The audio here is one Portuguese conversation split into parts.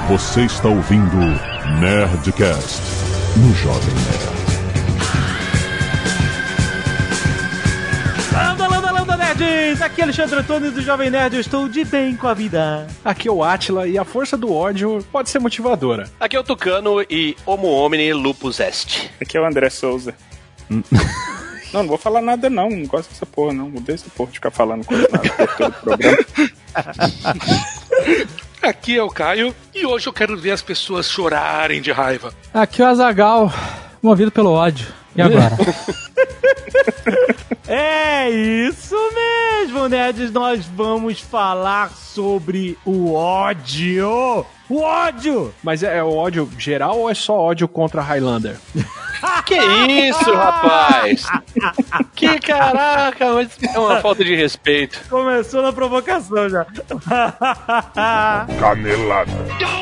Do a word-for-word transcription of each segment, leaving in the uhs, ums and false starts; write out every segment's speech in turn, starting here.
Você está ouvindo Nerdcast no Jovem Nerd. Landa, landa, landa, nerds! Aqui é Alexandre Antônio do Jovem Nerd, eu estou de bem com a vida. Aqui é o Átila e a força do ódio pode ser motivadora. Aqui é o Tucano e Homo Homini Lupus Est. Aqui é o André Souza. Não, não vou falar nada não, não gosto dessa porra não, mudei essa porra de ficar falando coisa nada por todo o programa. Aqui é o Caio e hoje eu quero ver as pessoas chorarem de raiva. Aqui é o Azaghal, movido pelo ódio. E agora? É isso mesmo, nerds, nós vamos falar sobre o ódio. O ódio! Mas é, é o ódio geral ou é só ódio contra Highlander? Que isso, rapaz? Que caraca, mas é uma falta de respeito. Começou na provocação já. Canelada.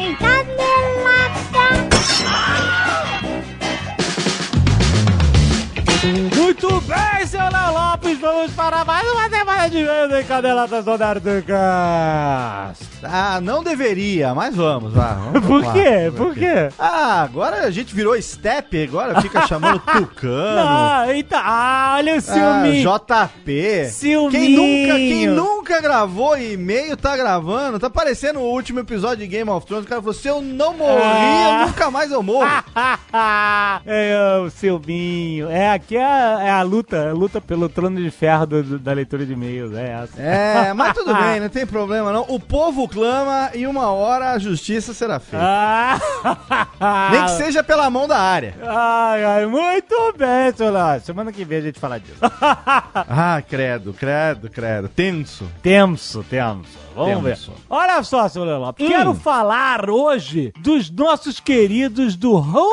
Muito bem, seu Léo Lopes, vamos para mais uma semana de vez em Caneladas do Nerdcast. Ah, não deveria, mas vamos, vá. Vamos Por lá, quê? Por quê? Ah, agora a gente virou step, agora fica chamando Tucano. Ah, eita, ah, olha o Ah, ciúminho. J P. Ciúminho. Quem nunca, quem nunca gravou e-mail tá gravando. Tá parecendo o último episódio de Game of Thrones. O cara falou, se eu não morri, Ah. eu nunca mais eu morro. É o Silvinho. É, aqui é a, é a luta, a luta pelo trono de ferro do- do- da leitura de e-mails. É essa. É, mas tudo bem, não tem problema não. O povo clama e uma hora a justiça será feita. Ah. Nem que seja pela mão da área. Ai, ai, muito bem, seu Léo. Semana que vem a gente fala disso. Ah, credo, credo, credo. Tenso. Tenso, tenso. Vamos Tenso. ver. Olha só, seu Léo Lopes. Hum. Quero falar hoje dos nossos queridos do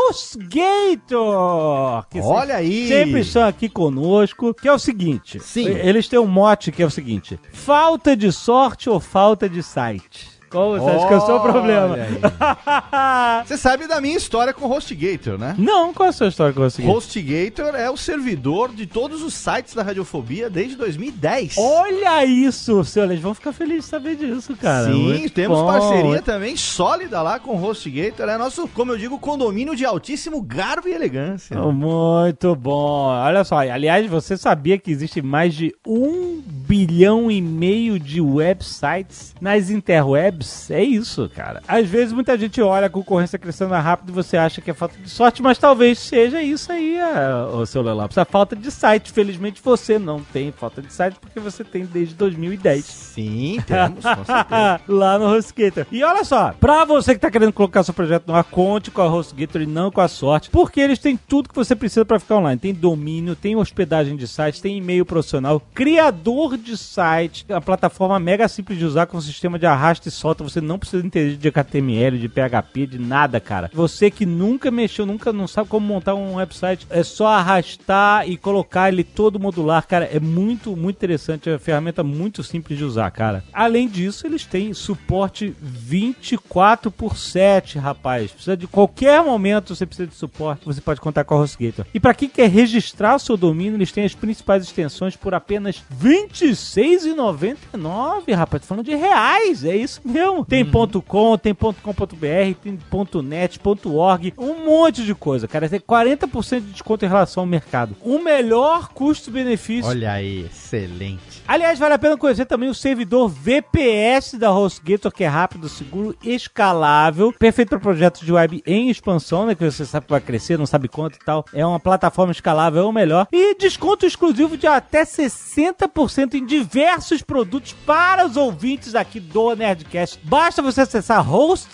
HostGator. Que Olha aí. Sempre estão aqui conosco. Que é o seguinte. Sim. Eles têm um mote que é o seguinte. Falta de sorte ou falta de site? Qual você acha que é o seu Olha problema? aí. Você sabe da minha história com o HostGator, né? Não, qual é a sua história com o HostGator? HostGator é o servidor de todos os sites da Radiofobia desde dois mil e dez. Olha isso, seu. Eles vão ficar felizes de saber disso, cara. Sim, Muito temos bom. parceria também sólida lá com o HostGator. É nosso, como eu digo, condomínio de altíssimo garbo e elegância. Oh, muito bom. Olha só, aliás, você sabia que existe mais de um bilhão e meio de websites nas interwebs? É isso, cara. Às vezes muita gente olha a concorrência crescendo rápido e você acha que é falta de sorte, mas talvez seja isso aí, o seu Léo Lopes. A falta de site. Felizmente você não tem falta de site porque você tem desde dois mil e dez. Sim, temos, com certeza. Lá no HostGator. E olha só, pra você que tá querendo colocar seu projeto no ar, conte com a HostGator e não com a sorte, porque eles têm tudo que você precisa pra ficar online. Tem domínio, tem hospedagem de site, tem e-mail profissional, criador de site, a plataforma mega simples de usar com um sistema de arrasta e solta. Você não precisa entender de H T M L, de P H P, de nada, cara. Você que nunca mexeu, nunca não sabe como montar um website, é só arrastar e colocar ele todo modular, cara. É muito, muito interessante. É uma ferramenta muito simples de usar, cara. Além disso, eles têm suporte vinte e quatro por sete, rapaz. Precisa de qualquer momento, você precisa de suporte, você pode contar com a HostGator. E pra quem quer registrar o seu domínio, eles têm as principais extensões por apenas vinte e seis reais e noventa e nove centavos, rapaz. Tô falando de reais, é isso mesmo. Tem .com, tem .com.br, tem .net, .org, um monte de coisa, cara. Tem quarenta por cento de desconto em relação ao mercado. O melhor custo-benefício. Olha aí, excelente. Aliás, vale a pena conhecer também o servidor V P S da HostGator, que é rápido, seguro, escalável, perfeito para projetos de web em expansão, né, que você sabe que vai crescer, não sabe quanto e tal. É uma plataforma escalável, é o melhor. E desconto exclusivo de até sessenta por cento em diversos produtos para os ouvintes aqui do Nerdcast. Basta você acessar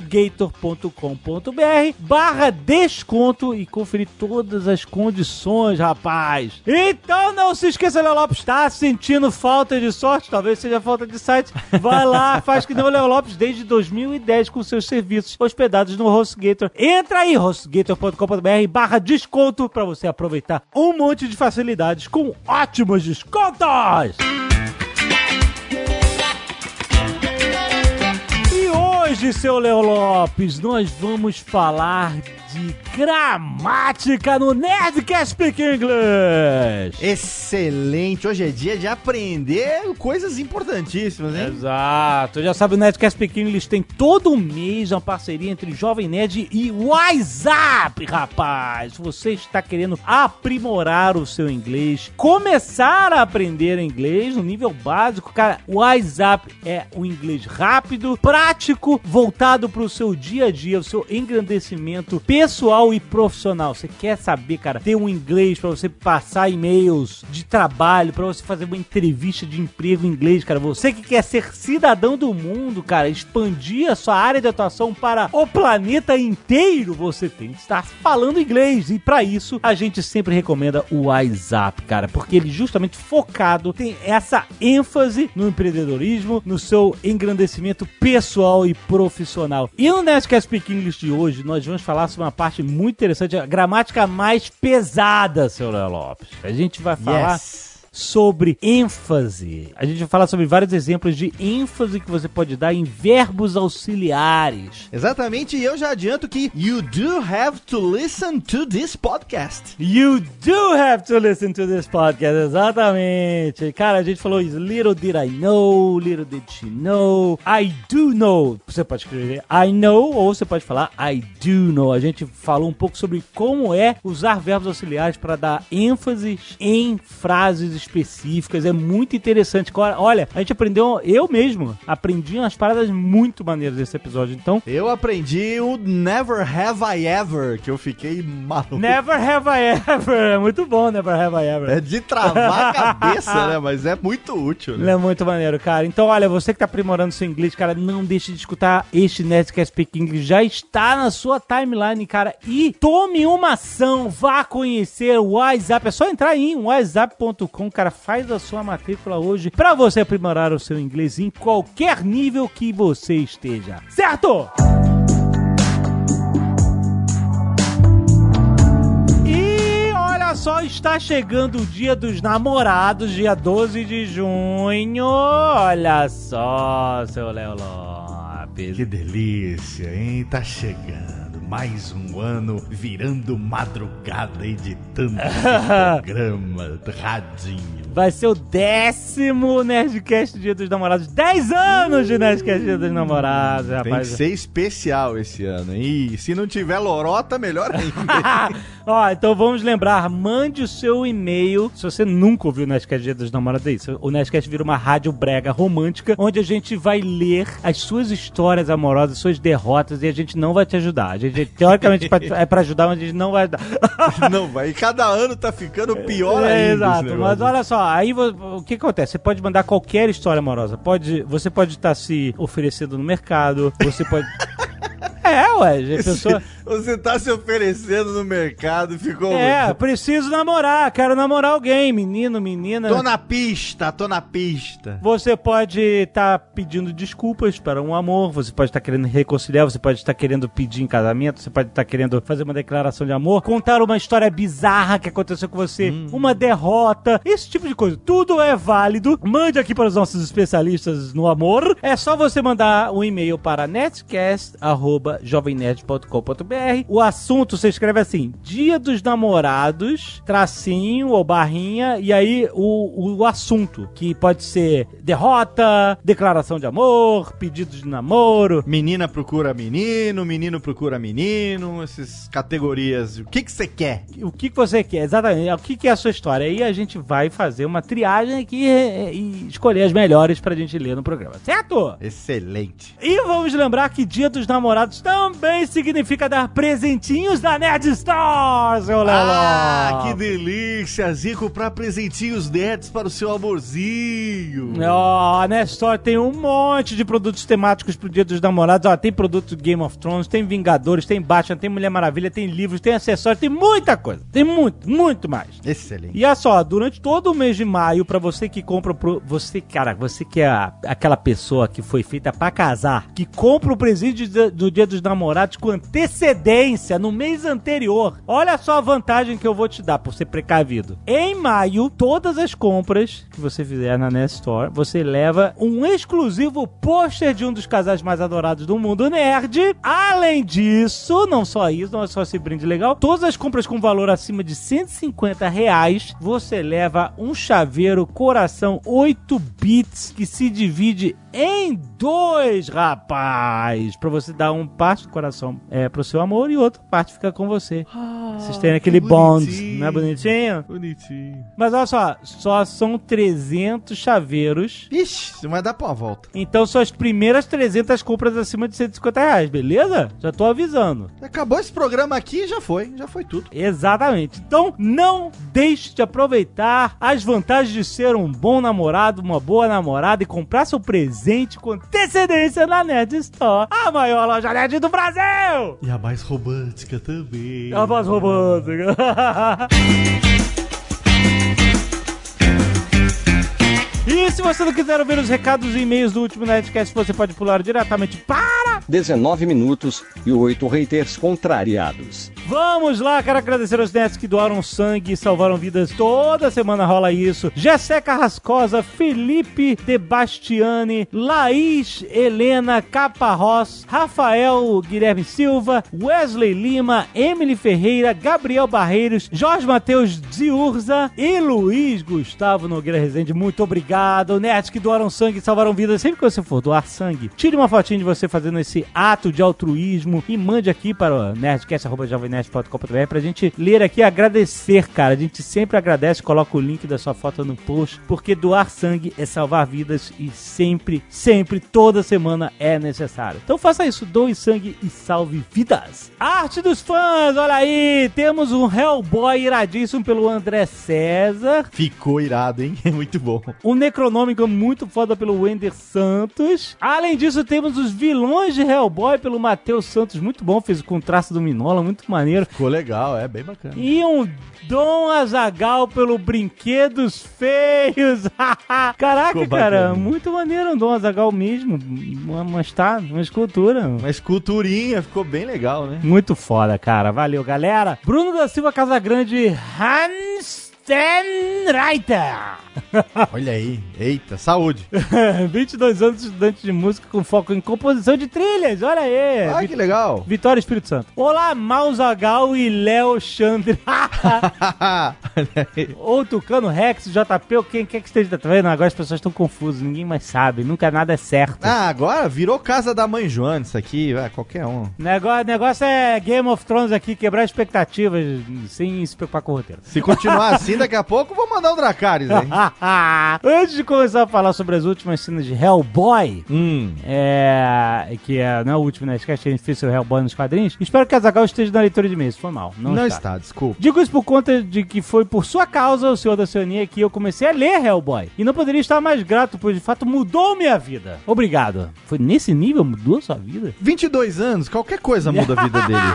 hostgator.com.br barra desconto e conferir todas as condições, rapaz. Então não se esqueça, Léo Lopes, tá sentindo falta de sorte? Talvez seja falta de site. Vai lá, faz que nem o Léo Lopes desde dois mil e dez com seus serviços hospedados no HostGator. Entra aí, hostgator.com.br barra desconto para você aproveitar um monte de facilidades com ótimos descontos. E hoje, seu Léo Lopes, nós vamos falar de gramática no Nerdcast Speak English. Excelente, hoje é dia de aprender coisas importantíssimas, hein? Exato, já sabe, o Nerdcast Speak English tem todo mês uma parceria entre Jovem Nerd e WhatsApp, rapaz. Se você está querendo aprimorar o seu inglês, começar a aprender inglês no nível básico, cara, o WhatsApp é um inglês rápido, prático, voltado para o seu dia a dia, o seu engrandecimento pessoal e profissional. Você quer saber, cara, ter um inglês para você passar e-mails de trabalho, para você fazer uma entrevista de emprego em inglês, cara. Você que quer ser cidadão do mundo, cara, expandir a sua área de atuação para o planeta inteiro, você tem que estar falando inglês. E para isso, a gente sempre recomenda o WhatsApp, cara, porque ele justamente focado, tem essa ênfase no empreendedorismo, no seu engrandecimento pessoal e profissional. E no Nerdcast Speak English de hoje, nós vamos falar sobre uma parte muito interessante, a gramática mais pesada, seu Léo Lopes. A gente vai falar... Yes. Sobre ênfase. A gente vai falar sobre vários exemplos de ênfase que você pode dar em verbos auxiliares. Exatamente, e eu já adianto que you do have to listen to this podcast. You do have to listen to this podcast, exatamente. Cara, a gente falou isso, little did I know, little did she know, I do know. Você pode escrever I know ou você pode falar I do know. A gente falou um pouco sobre como é usar verbos auxiliares para dar ênfase em frases específicas, é muito interessante. Olha, a gente aprendeu, eu mesmo aprendi umas paradas muito maneiras nesse episódio, então... Eu aprendi o Never Have I Ever, que eu fiquei maluco. Never Have I Ever, é muito bom, Never Have I Ever. É de travar a cabeça, né, mas é muito útil, né? É muito maneiro, cara. Então, olha, você que tá aprimorando seu inglês, cara, não deixe de escutar este Nerdcast Speak English, já está na sua timeline, cara, e tome uma ação, vá conhecer o WhatsApp, é só entrar em whatsapp ponto com, cara, faz a sua matrícula hoje pra você aprimorar o seu inglês em qualquer nível que você esteja. Certo? E olha só, está chegando o Dia dos Namorados, dia doze de junho. Olha só, seu Léo Lopes. Que delícia, hein? Tá chegando. Mais um ano virando madrugada, editando esse programa, radinho. Vai ser o décimo Nerdcast Dia dos Namorados. dez anos de Nerdcast Dia dos Namorados, rapaz. Tem que ser especial esse ano, hein? E se não tiver lorota, melhor ainda. Ó, então vamos lembrar, mande o seu e-mail. Se você nunca ouviu o Nerdcast Dia dos Namorados, é isso. O Nerdcast vira uma rádio brega romântica, onde a gente vai ler as suas histórias amorosas, suas derrotas, e a gente não vai te ajudar. A gente, teoricamente, é pra ajudar, mas a gente não vai ajudar. Não vai. E cada ano tá ficando pior é, ainda. Exato, mas olha só, aí o que acontece? Você pode mandar qualquer história amorosa. Pode, você pode estar se oferecendo no mercado, você pode... É, ué, a pessoa... Você tá se oferecendo no mercado, ficou... É, preciso namorar, quero namorar alguém, menino, menina... Tô na pista, tô na pista. Você pode estar tá pedindo desculpas para um amor, você pode estar tá querendo reconciliar, você pode estar tá querendo pedir em casamento, você pode estar tá querendo fazer uma declaração de amor, contar uma história bizarra que aconteceu com você, hum. uma derrota, esse tipo de coisa. Tudo é válido. Mande aqui para os nossos especialistas no amor. É só você mandar um e-mail para nerdcast arroba jovem nerd ponto com ponto b r. O assunto você escreve assim: Dia dos Namorados, tracinho ou barrinha, e aí o, o assunto, que pode ser derrota, declaração de amor, pedido de namoro. Menina procura menino, menino procura menino, essas categorias. O que que você quer? O que que você quer, exatamente. O que que é a sua história? Aí a gente vai fazer uma triagem aqui e, e escolher as melhores pra gente ler no programa, certo? Excelente. E vamos lembrar que Dia dos Namorados também significa dar presentinhos da Nerd Store, seu Léo. Ah, que delícia! Zico pra presentinhos nerds para o seu amorzinho. Ó, oh, a Nerd Store tem um monte de produtos temáticos pro Dia dos Namorados. Ó, tem produto Game of Thrones, tem Vingadores, tem Batman, tem Mulher Maravilha, tem livros, tem acessórios, tem muita coisa. Tem muito, muito mais. Excelente. E olha só, durante todo o mês de maio, pra você que compra pro... Você, cara, você que é a, aquela pessoa que foi feita pra casar, que compra o presente do Dia dos Namorados com antecedência, antecedência no mês anterior. Olha só a vantagem que eu vou te dar por ser precavido. Em maio, todas as compras que você fizer na Nest Store, você leva um exclusivo pôster de um dos casais mais adorados do mundo nerd. Além disso, não só isso, não é só esse brinde legal, todas as compras com valor acima de cento e cinquenta reais, você leva um chaveiro coração oito bits que se divide em dois, rapaz, pra você dar um parte do coração é, pro seu amor e outra parte fica com você. Ah, vocês têm aquele bond, não é bonitinho? Bonitinho. Mas olha só, só são trezentos chaveiros. Ixi, você vai dar pra uma volta. Então são as primeiras trezentas compras acima de cento e cinquenta reais, beleza? Já tô avisando. Acabou esse programa aqui e já foi, já foi tudo. Exatamente. Então não deixe de aproveitar as vantagens de ser um bom namorado, uma boa namorada e comprar seu presente com antecedência na Nerd Store, a maior loja nerd do Brasil! E a mais romântica também. A mais romântica. E se você não quiser ouvir os recados e e-mails do último Nerdcast, você pode pular diretamente para dezenove minutos e oito haters contrariados. Vamos lá, quero agradecer aos nerds que doaram sangue e salvaram vidas. Toda semana rola isso. Jessé Carrascosa, Felipe Debastiani, Laís Helena Caparrós, Rafael Guilherme Silva, Wesley Lima, Emily Ferreira, Gabriel Barreiros, Jorge Matheus Ziurza e Luiz Gustavo Nogueira Rezende. Muito obrigado, nerds que doaram sangue e salvaram vidas. Sempre que você for doar sangue, tire uma fotinha de você fazendo esse ato de altruísmo e mande aqui para o nerdcast arroba jovem nerd ponto com ponto b r pra gente ler aqui e agradecer, cara. A gente sempre agradece, coloca o link da sua foto no post, porque doar sangue é salvar vidas e sempre, sempre, toda semana é necessário. Então faça isso, doe sangue e salve vidas. Arte dos fãs, olha aí, temos um Hellboy iradíssimo pelo André César. Ficou irado, hein? Muito bom. Um Necronômico muito foda pelo Wender Santos. Além disso, temos os vilões de Hellboy pelo Matheus Santos, muito bom, fez com o traço do Minola, muito maneiro. Ficou legal, é bem bacana. E um Dom Azaghal pelo Brinquedos Feios. Caraca, Ficou cara, bacana. Muito maneiro um Dom Azaghal mesmo. Uma, uma, uma escultura. Uma esculturinha, ficou bem legal, né? Muito foda, cara. Valeu, galera. Bruno da Silva Casagrande, Hans Stenreiter. Olha aí, eita, saúde. vinte e dois anos, estudante de música com foco em composição de trilhas, olha aí. Ah, que legal. Vitória Espírito Santo. Olá, Mausagal e Léo Chandra. Ou Tucano Rex, J P, ou quem quer que esteja, tá vendo? Agora as pessoas estão confusas, ninguém mais sabe, nunca nada é certo. Ah, agora virou casa da mãe Joana isso aqui, é, qualquer um. Negócio, negócio é Game of Thrones aqui, quebrar expectativas sem se preocupar com o roteiro. Se continuar assim, daqui a pouco vou mandar o Dracarys aí. Antes de começar a falar sobre as últimas cenas de Hellboy, hum. é, que é, não é o último, né? Esquece que a gente fez o Hellboy nos quadrinhos. Espero que a Azaghal esteja na leitura de e-mails. Foi mal. Não, não está. está, desculpa. Digo isso por conta de que foi por sua causa, o Senhor da Oceania, que eu comecei a ler Hellboy. E não poderia estar mais grato, pois de fato mudou minha vida. Obrigado. Foi nesse nível? Mudou sua vida? vinte e dois anos, qualquer coisa muda a vida dele.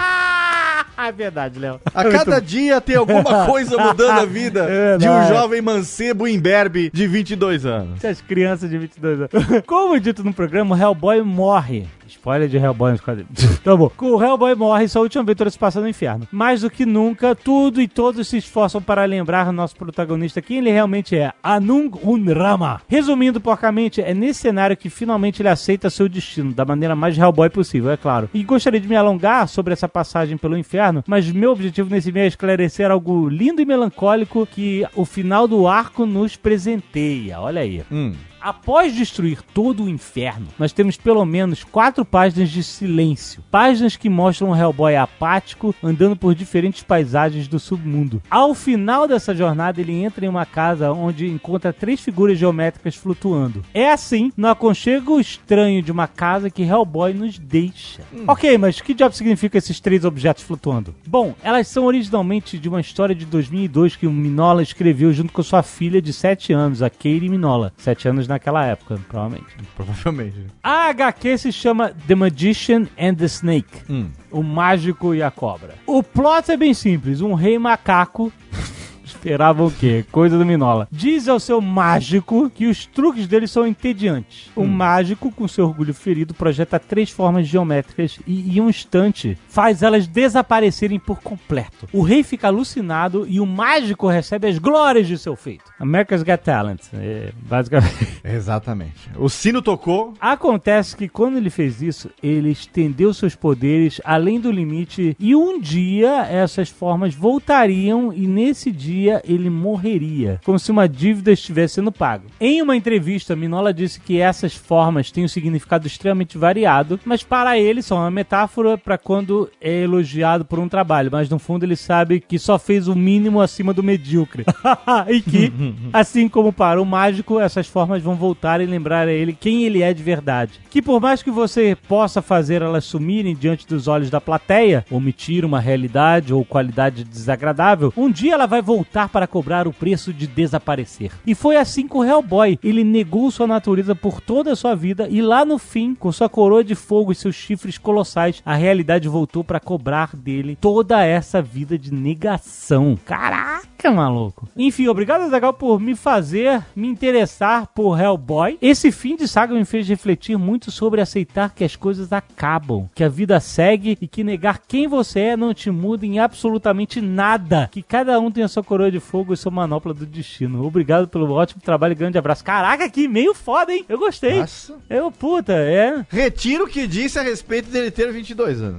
É verdade, Léo. A cada dia tem alguma coisa mudando a vida é, de um é. jovem mancebo imberbe de vinte e dois anos. Essas crianças de vinte e dois anos. Como dito no programa, o Hellboy morre. Spoiler de Hellboy nos quadrinhos. Tá bom. O Hellboy morre e sua última aventura se passa no inferno. Mais do que nunca, tudo e todos se esforçam para lembrar nosso protagonista quem ele realmente é, Anung Unrama. Resumindo porcamente, é nesse cenário que finalmente ele aceita seu destino, da maneira mais Hellboy possível, é claro. E gostaria de me alongar sobre essa passagem pelo inferno, mas meu objetivo nesse meio é esclarecer algo lindo e melancólico que o final do arco nos presenteia. Olha aí. Hum. Após destruir todo o inferno, nós temos pelo menos quatro páginas de silêncio. Páginas que mostram um Hellboy apático andando por diferentes paisagens do submundo. Ao final dessa jornada, ele entra em uma casa onde encontra três figuras geométricas flutuando. É assim, no aconchego estranho de uma casa, que Hellboy nos deixa. Hum. Ok, mas que diabo significa esses três objetos flutuando? Bom, elas são originalmente de uma história de dois mil e dois que o Minola escreveu junto com sua filha de sete anos, a Katie Minola. sete anos na naquela época, provavelmente. Provavelmente. A H Q se chama The Magician and the Snake. Hum. O Mágico e a Cobra. O plot é bem simples. Um rei macaco Esperavam o quê? Coisa do Minola. Diz ao seu mágico que os truques dele são entediantes. O hum. mágico, com seu orgulho ferido, projeta três formas geométricas e, em um instante, faz elas desaparecerem por completo. O rei fica alucinado e o mágico recebe as glórias de seu feito. America's Got Talent. É, basicamente. Exatamente. O sino tocou. Acontece que quando ele fez isso, ele estendeu seus poderes além do limite e um dia essas formas voltariam e nesse dia ele morreria, como se uma dívida estivesse sendo paga. Em uma entrevista, Minola disse que essas formas têm um significado extremamente variado, mas para ele são uma metáfora para quando é elogiado por um trabalho, mas no fundo ele sabe que só fez o mínimo acima do medíocre. E que, assim como para o mágico, essas formas vão voltar e lembrar a ele quem ele é de verdade. Que por mais que você possa fazer elas sumirem diante dos olhos da plateia, omitir uma realidade ou qualidade desagradável, um dia ela vai voltar para cobrar o preço de desaparecer. E foi assim com o Hellboy. Ele negou sua natureza por toda a sua vida e lá no fim, com sua coroa de fogo e seus chifres colossais, a realidade voltou para cobrar dele toda essa vida de negação. Caraca, maluco. Enfim, obrigado, Azaghal, por me fazer me interessar por Hellboy. Esse fim de saga me fez refletir muito sobre aceitar que as coisas acabam, que a vida segue e que negar quem você é não te muda em absolutamente nada. Que cada um tem a sua coroa de fogo e sua manopla do destino. Obrigado pelo ótimo trabalho e grande abraço. Caraca, que meio foda, hein? Eu gostei. Nossa. Eu, puta, é... Retiro o que disse a respeito dele ter vinte e dois anos.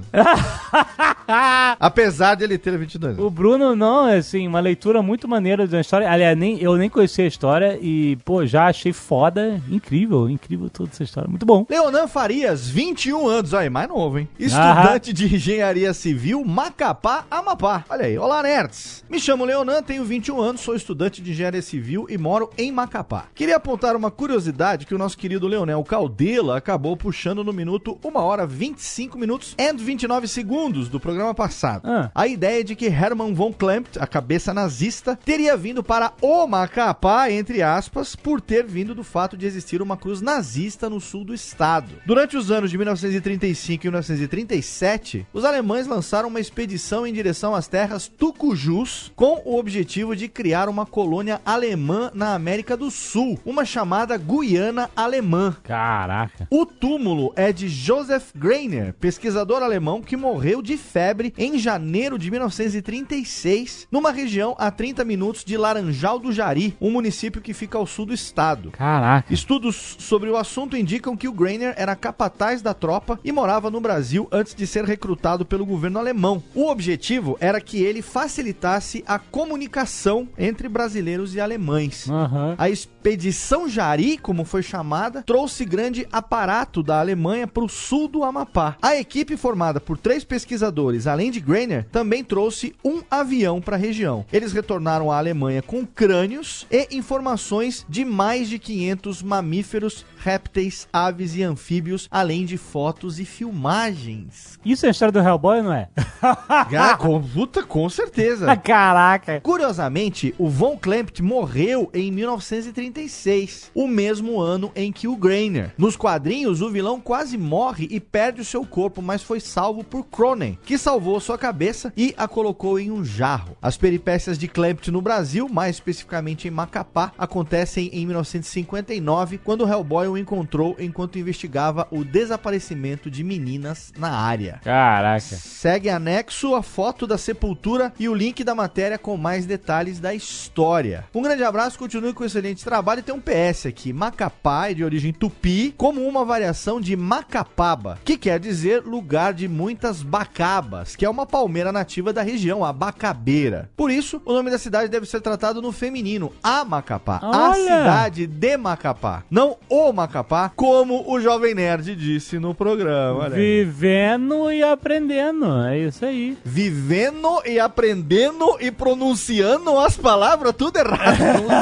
Apesar de ele ter vinte e dois anos. O Bruno, não, assim, uma leitura muito maneira da história. Aliás, nem, eu nem conhecia a história e, pô, já achei foda. Incrível, incrível toda essa história. Muito bom. Leonan Farias, vinte e um anos. Aí, mais novo, hein? Estudante ah. de Engenharia Civil, Macapá, Amapá. Olha aí. Olá, nerds. Me chamo Leonan, tenho vinte e um anos, sou estudante de Engenharia Civil e moro em Macapá. Queria apontar uma curiosidade que o nosso querido Leonel Caldela acabou puxando no minuto uma hora vinte e cinco minutos e vinte e nove segundos do programa passado. Ah. A ideia de que Hermann von Klempt, a cabeça nazista, teria vindo para o Macapá, entre aspas, por ter vindo do fato de existir uma cruz nazista no sul do estado. Durante os anos de mil novecentos e trinta e cinco e mil novecentos e trinta e sete, os alemães lançaram uma expedição em direção às terras Tucujus com o objetivo de criar uma colônia alemã na América do Sul, uma chamada Guiana Alemã. Caraca. O túmulo é de Joseph Greiner, pesquisador alemão que morreu de febre em janeiro de mil novecentos e trinta e seis, numa região a trinta minutos de Laranjal do Jari, um município que fica ao sul do estado. Caraca. Estudos sobre o assunto indicam que o Greiner era capataz da tropa e morava no Brasil antes de ser recrutado pelo governo alemão. O objetivo era que ele facilitasse a comunicação entre brasileiros e alemães. Uhum. A Expedição Jari, como foi chamada, trouxe grande aparato da Alemanha para o sul do Amapá. A equipe, formada por três pesquisadores, além de Greiner, também trouxe um avião para a região. Eles retornaram à Alemanha com crânios e informações de mais de quinhentos mamíferos, répteis, aves e anfíbios, além de fotos e filmagens. Isso é a história do Hellboy, não é? Ah, com, puta, com certeza. Caraca. Curiosamente, o Von Klempt morreu em mil novecentos e trinta e seis, o mesmo ano em que o Greiner. Nos quadrinhos, o vilão quase morre e perde o seu corpo, mas foi salvo por Cronen, que salvou sua cabeça e a colocou em um jarro. As peripécias de Klempt no Brasil, mais especificamente em Macapá, acontecem em mil novecentos e cinquenta e nove, quando o Hellboy o encontrou enquanto investigava o desaparecimento de meninas na área. Caraca. Segue anexo a foto da sepultura e o link da matéria com mais detalhes da história. Um grande abraço, continue com o excelente trabalho. E tem um P S aqui. Macapá é de origem tupi, como uma variação de Macapaba, que quer dizer lugar de muitas bacabas, que é uma palmeira nativa da região, a bacabeira. Por isso, o nome da cidade deve ser tratado no feminino, a Macapá. Olha. A cidade de Macapá, não o Macapá, como o Jovem Nerd disse no programa. Olha aí. Vivendo e aprendendo, é isso aí. Vivendo e aprendendo e pronunciando as palavras tudo errado.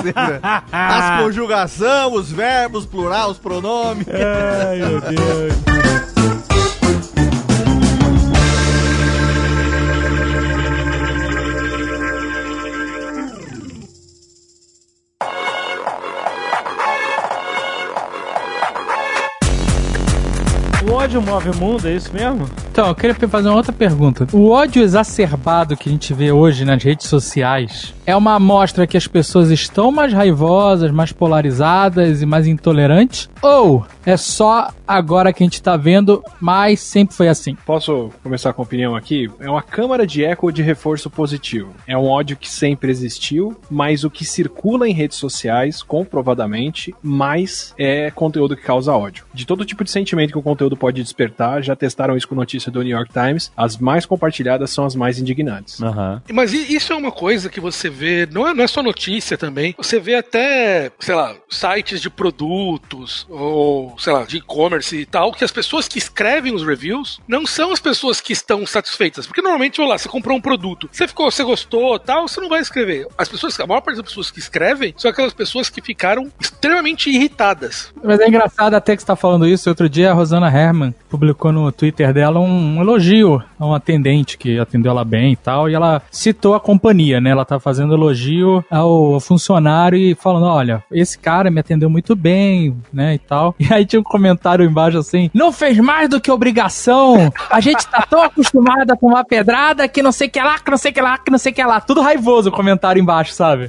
As conjugação, os verbos, plural, os pronomes. Ai, meu Deus. O ódio move o mundo, é isso mesmo? Então, eu queria fazer uma outra pergunta. O ódio exacerbado que a gente vê hoje nas redes sociais é uma amostra que as pessoas estão mais raivosas, mais polarizadas e mais intolerantes? Ou é só agora que a gente tá vendo, mas sempre foi assim? Posso começar com a opinião aqui? É uma câmara de eco de reforço positivo. É um ódio que sempre existiu, mas o que circula em redes sociais, comprovadamente, mais é conteúdo que causa ódio. De todo tipo de sentimento que o conteúdo pode despertar, já testaram isso com notícia do New York Times, as mais compartilhadas são as mais indignantes. Uhum. Mas isso é uma coisa que você vê, não é, não é só notícia também, você vê até, sei lá, sites de produtos, ou, sei lá, de e-commerce e tal, que as pessoas que escrevem os reviews não são as pessoas que estão satisfeitas, porque normalmente, olha lá, você comprou um produto, você ficou, você gostou, tal, você não vai escrever. As pessoas, a maior parte das pessoas que escrevem são aquelas pessoas que ficaram extremamente irritadas. Mas é engraçado até que você tá falando isso. Outro dia a Rosana Herman publicou no Twitter dela um, um elogio a uma atendente que atendeu ela bem e tal, e ela citou a companhia, né? Ela tá fazendo elogio ao funcionário e falando, olha, esse cara me atendeu muito bem, né, e tal. E aí tinha um comentário embaixo assim, não fez mais do que obrigação, a gente tá tão acostumado a tomar pedrada que não sei que lá, que não sei que lá, que não sei que lá. Tudo raivoso o comentário embaixo, sabe?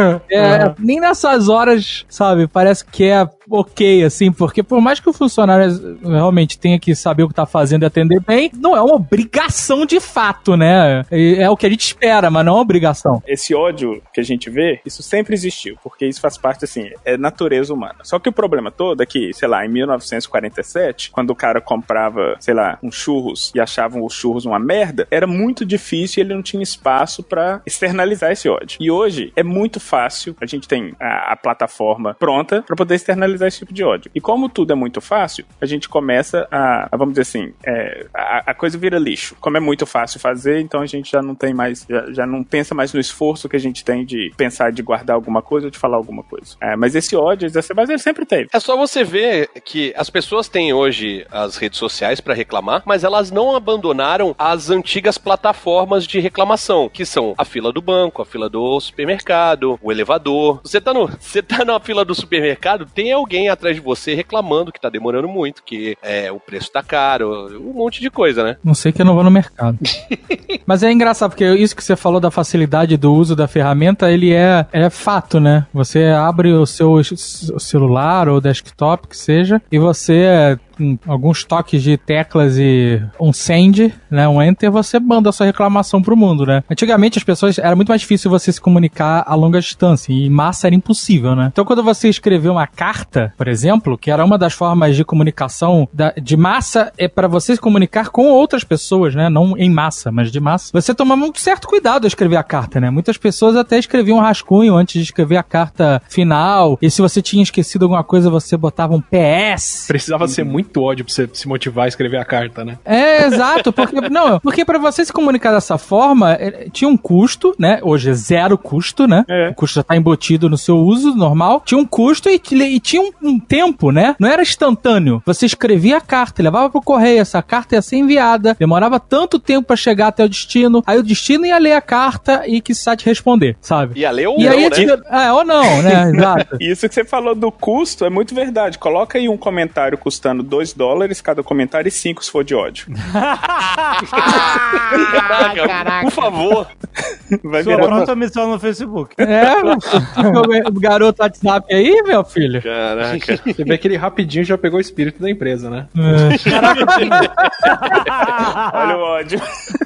É, uhum. Nem nessas horas, sabe, parece que é ok, assim, porque por mais que o funcionário realmente tenha que saber o que tá fazendo e atender bem, não é uma obrigação de fato, né? É o que a gente espera, mas não é uma obrigação. Esse ódio que a gente vê, isso sempre existiu, porque isso faz parte, assim, é natureza humana. Só que o problema todo é que, sei lá, em mil novecentos e quarenta e sete, quando o cara comprava, sei lá, um churros e achavam os churros uma merda, era muito difícil e ele não tinha espaço pra externalizar esse ódio. E hoje é muito fácil, a gente tem a, a plataforma pronta pra poder externalizar esse tipo de ódio. E como tudo é muito fácil, a gente começa a, a vamos dizer assim, é, a, a coisa vira lixo. Como é muito fácil fazer, então a gente já não tem mais, já, já não pensa mais no esforço que a gente tem de pensar, de guardar alguma coisa ou de falar alguma coisa. É, mas esse ódio, mas ele sempre teve. É só você ver que as pessoas têm hoje as redes sociais pra reclamar, mas elas não abandonaram as antigas plataformas de reclamação, que são a fila do banco, a fila do supermercado, o elevador. Você tá, no, você tá na fila do supermercado, tem alguém atrás de você reclamando que tá demorando muito, que é, o preço tá caro, um monte de coisa, né? Não sei que eu não vou no mercado. Mas é engraçado, porque isso que você falou da facilidade do uso da ferramenta, ele é, é fato, né? Você abre o seu o celular ou desktop, que seja, e você, com alguns toques de teclas e um send, né, um enter, você manda a sua reclamação pro mundo, né? Antigamente as pessoas, era muito mais difícil você se comunicar a longa distância, e massa era impossível, né? Então quando você escreveu uma carta, por exemplo, que era uma das formas de comunicação da, de massa, é para você se comunicar com outras pessoas, né? Não em massa, mas de massa. Você tomava um certo cuidado ao escrever a carta, né? Muitas pessoas até escreviam um rascunho antes de escrever a carta final, e se você tinha esquecido alguma coisa, você botava um P S. Precisava ser muito ódio pra você se motivar a escrever a carta, né? É, exato, porque, não, porque pra você se comunicar dessa forma, é, tinha um custo, né? Hoje é zero custo, né? É. O custo já tá embutido no seu uso normal. Tinha um custo e, e tinha um, um tempo, né? Não era instantâneo. Você escrevia a carta, levava pro correio, essa carta ia ser enviada, demorava tanto tempo pra chegar até o destino, aí o destino ia ler a carta e que te responder, sabe? Ia ler ou e não, aí, né? Tinha, é, ou não, né? Exato. Isso que você falou do custo é muito verdade. Coloca aí um comentário custando dois dólares cada comentário e cinco se for de ódio. Caraca, caraca. Por favor. Vai Sua virar pronta missão no Facebook. É, o garoto WhatsApp aí, meu filho. Caraca. Você vê que ele rapidinho já pegou o espírito da empresa, né? É. Caraca. Olha o ódio.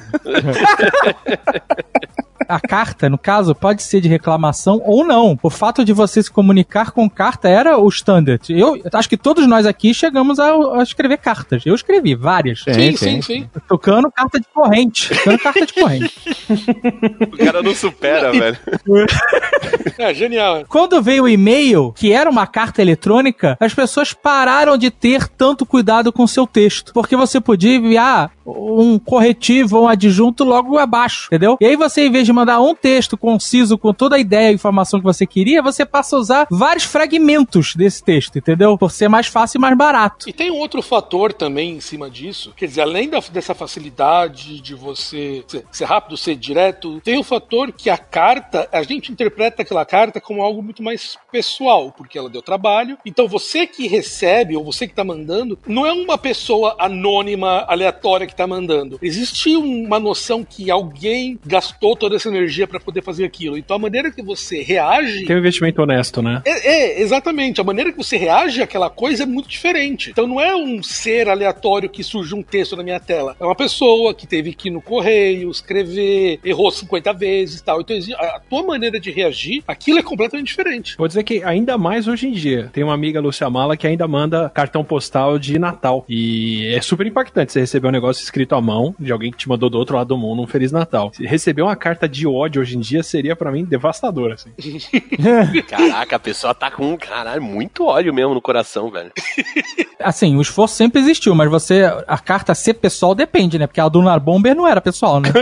A carta, no caso, pode ser de reclamação ou não. O fato de você se comunicar com carta era o standard. Eu acho que todos nós aqui chegamos a, a escrever cartas. Eu escrevi várias. Sim, sim, sim, sim. Tocando carta de corrente. Tocando carta de corrente. O cara não supera, velho. É, genial. Quando veio o e-mail, que era uma carta eletrônica, as pessoas pararam de ter tanto cuidado com o seu texto. Porque você podia enviar um corretivo ou um adjunto logo abaixo, entendeu? E aí você, em vez de mandar um texto conciso com toda a ideia e informação que você queria, você passa a usar vários fragmentos desse texto, entendeu? Por ser mais fácil e mais barato. E tem um outro fator também em cima disso, quer dizer, além da, dessa facilidade de você ser, ser rápido, ser direto, tem o fator que a carta, a gente interpreta aquela carta como algo muito mais pessoal, porque ela deu trabalho. Então você que recebe, ou você que tá mandando, não é uma pessoa anônima, aleatória que tá mandando. Existe uma noção que alguém gastou toda essa energia para poder fazer aquilo. Então a maneira que você reage... Tem um investimento honesto, né? É, é, exatamente. A maneira que você reage àquela coisa é muito diferente. Então não é um ser aleatório que surge um texto na minha tela. É uma pessoa que teve que ir no correio, escrever, errou cinquenta vezes e tal. Então a tua maneira de reagir, aquilo é completamente diferente. Vou dizer que ainda mais hoje em dia. Tem uma amiga, Lúcia Mala, que ainda manda cartão postal de Natal. E é super impactante você receber um negócio escrito à mão de alguém que te mandou do outro lado do mundo um Feliz Natal. Se receber uma carta de ódio hoje em dia seria pra mim devastador, assim. Caraca, a pessoa tá com, caralho, muito ódio mesmo no coração, velho. Assim, o esforço sempre existiu, mas você, a carta ser pessoal depende, né? Porque a do Lunar Bomber não era pessoal, né?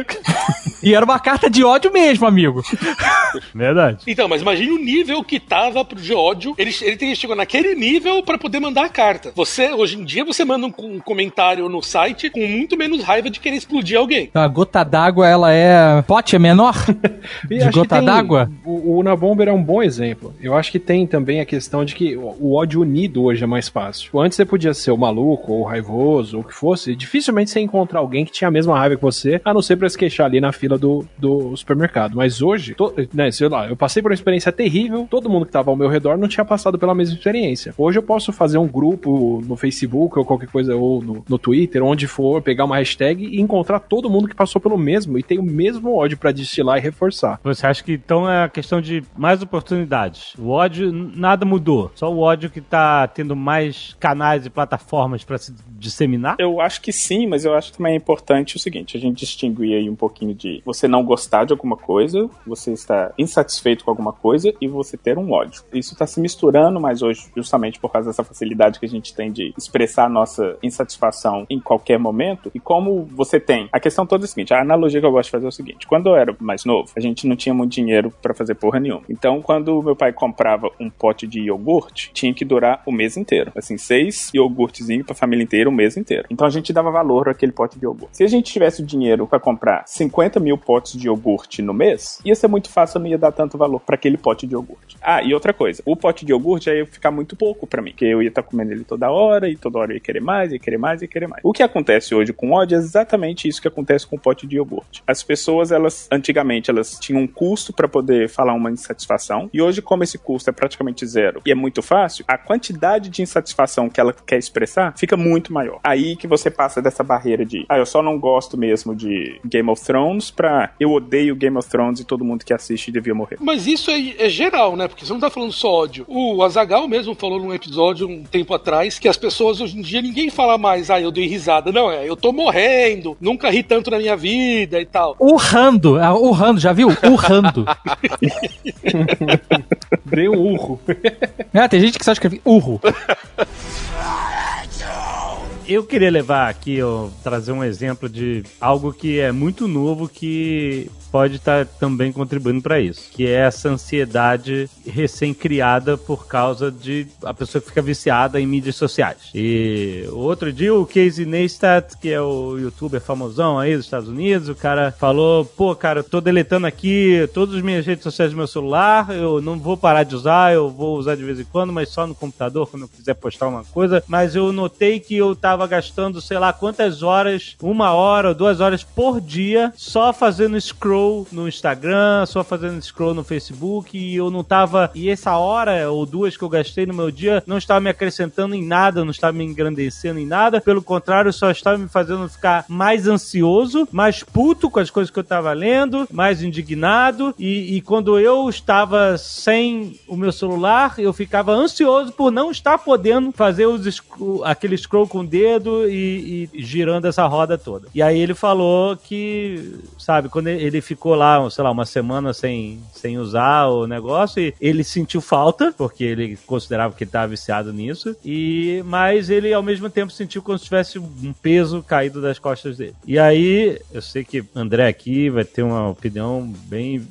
E era uma carta de ódio mesmo, amigo. Verdade. Então, mas imagine o nível que tava de ódio. Ele, ele tem, chegou naquele nível pra poder mandar a carta. Você, hoje em dia, você manda um, um comentário no site com muito menos raiva de querer explodir alguém. A gota d'água, ela é... Pote é menor? De gota d'água? O, o Unabomber é um bom exemplo. Eu acho que tem também a questão de que o, o ódio unido hoje é mais fácil. Antes você podia ser o maluco, ou o raivoso, ou o que fosse. Dificilmente você encontrar alguém que tinha a mesma raiva que você, a não ser pra se queixar ali na fila do, do supermercado. Mas hoje, to, né, sei lá, eu passei por uma experiência terrível, todo mundo que tava ao meu redor não tinha passado pela mesma experiência. Hoje eu posso fazer um grupo no Facebook ou qualquer coisa, ou no, no Twitter, onde for, pegar uma hashtag e encontrar todo mundo que passou pelo mesmo e tem o mesmo ódio pra destilar e reforçar. Você acha que então é a questão de mais oportunidades? O ódio, nada mudou. Só o ódio que tá tendo mais canais e plataformas pra se disseminar? Eu acho que sim, mas eu acho que também é importante o seguinte, a gente distinguir aí um pouquinho de você não gostar de alguma coisa, você estar insatisfeito com alguma coisa e você ter um ódio. Isso tá se misturando, mas hoje, justamente por causa dessa facilidade que a gente tem de expressar a nossa insatisfação em qualquer momento, e como você tem... A questão toda é a seguinte, a analogia que eu gosto de fazer é o seguinte, quando eu era mais novo, a gente não tinha muito dinheiro pra fazer porra nenhuma. Então, quando meu pai comprava um pote de iogurte, tinha que durar o mês inteiro. Assim, seis iogurtezinhos pra família inteira o mês inteiro. Então, a gente dava valor àquele pote de iogurte. Se a gente tivesse o dinheiro pra comprar cinquenta mil potes de iogurte no mês, ia ser muito fácil, eu não ia dar tanto valor pra aquele pote de iogurte. Ah, e outra coisa, o pote de iogurte aí ia ficar muito pouco pra mim, porque eu ia estar comendo ele toda hora, e toda hora eu ia querer mais, ia querer mais, ia querer mais. O que acontece hoje com ódio é exatamente isso que acontece com o pote de iogurte. As pessoas, elas, antigamente, elas tinham um custo pra poder falar uma insatisfação, e hoje, como esse custo é praticamente zero, e é muito fácil, a quantidade de insatisfação que ela quer expressar fica muito maior. Aí que você passa dessa barreira de, ah, eu só não gosto mesmo de Game of Thrones, pra eu odeio Game of Thrones e todo mundo que assiste devia morrer. Mas isso é, é geral, né? Porque você não tá falando só ódio. O Azaghal mesmo falou num episódio um tempo atrás que as pessoas hoje em dia, ninguém fala mais, ah, eu dei risada. Não, é, eu tô morrendo, nunca ri tanto na minha vida e tal. Urrando, é, urrando, já viu? Urrando. Dei um urro. É, tem gente que só escreve urro. Eu queria levar aqui, ó, trazer um exemplo de algo que é muito novo que pode estar também contribuindo para isso, que é essa ansiedade recém-criada por causa de a pessoa que fica viciada em mídias sociais. E outro dia o Casey Neistat, que é o youtuber famosão aí dos Estados Unidos, o cara falou, pô, cara, eu tô deletando aqui todas as minhas redes sociais do meu celular, eu não vou parar de usar, eu vou usar de vez em quando, mas só no computador, quando eu quiser postar uma coisa, mas eu notei que eu tava gastando, sei lá, quantas horas, uma hora ou duas horas por dia, só fazendo scroll no Instagram, só fazendo scroll no Facebook, e eu não tava, e essa hora ou duas que eu gastei no meu dia não estava me acrescentando em nada, não estava me engrandecendo em nada, pelo contrário, só estava me fazendo ficar mais ansioso, mais puto com as coisas que eu estava lendo, mais indignado, e, e quando eu estava sem o meu celular, eu ficava ansioso por não estar podendo fazer os scroll, aquele scroll com o dedo e, e girando essa roda toda. E aí ele falou que, sabe, quando ele ficou lá, sei lá, uma semana sem, sem usar o negócio e ele sentiu falta, porque ele considerava que ele estava viciado nisso, e, mas ele ao mesmo tempo sentiu como se tivesse um peso caído das costas dele. E aí, eu sei que André aqui vai ter uma opinião bem,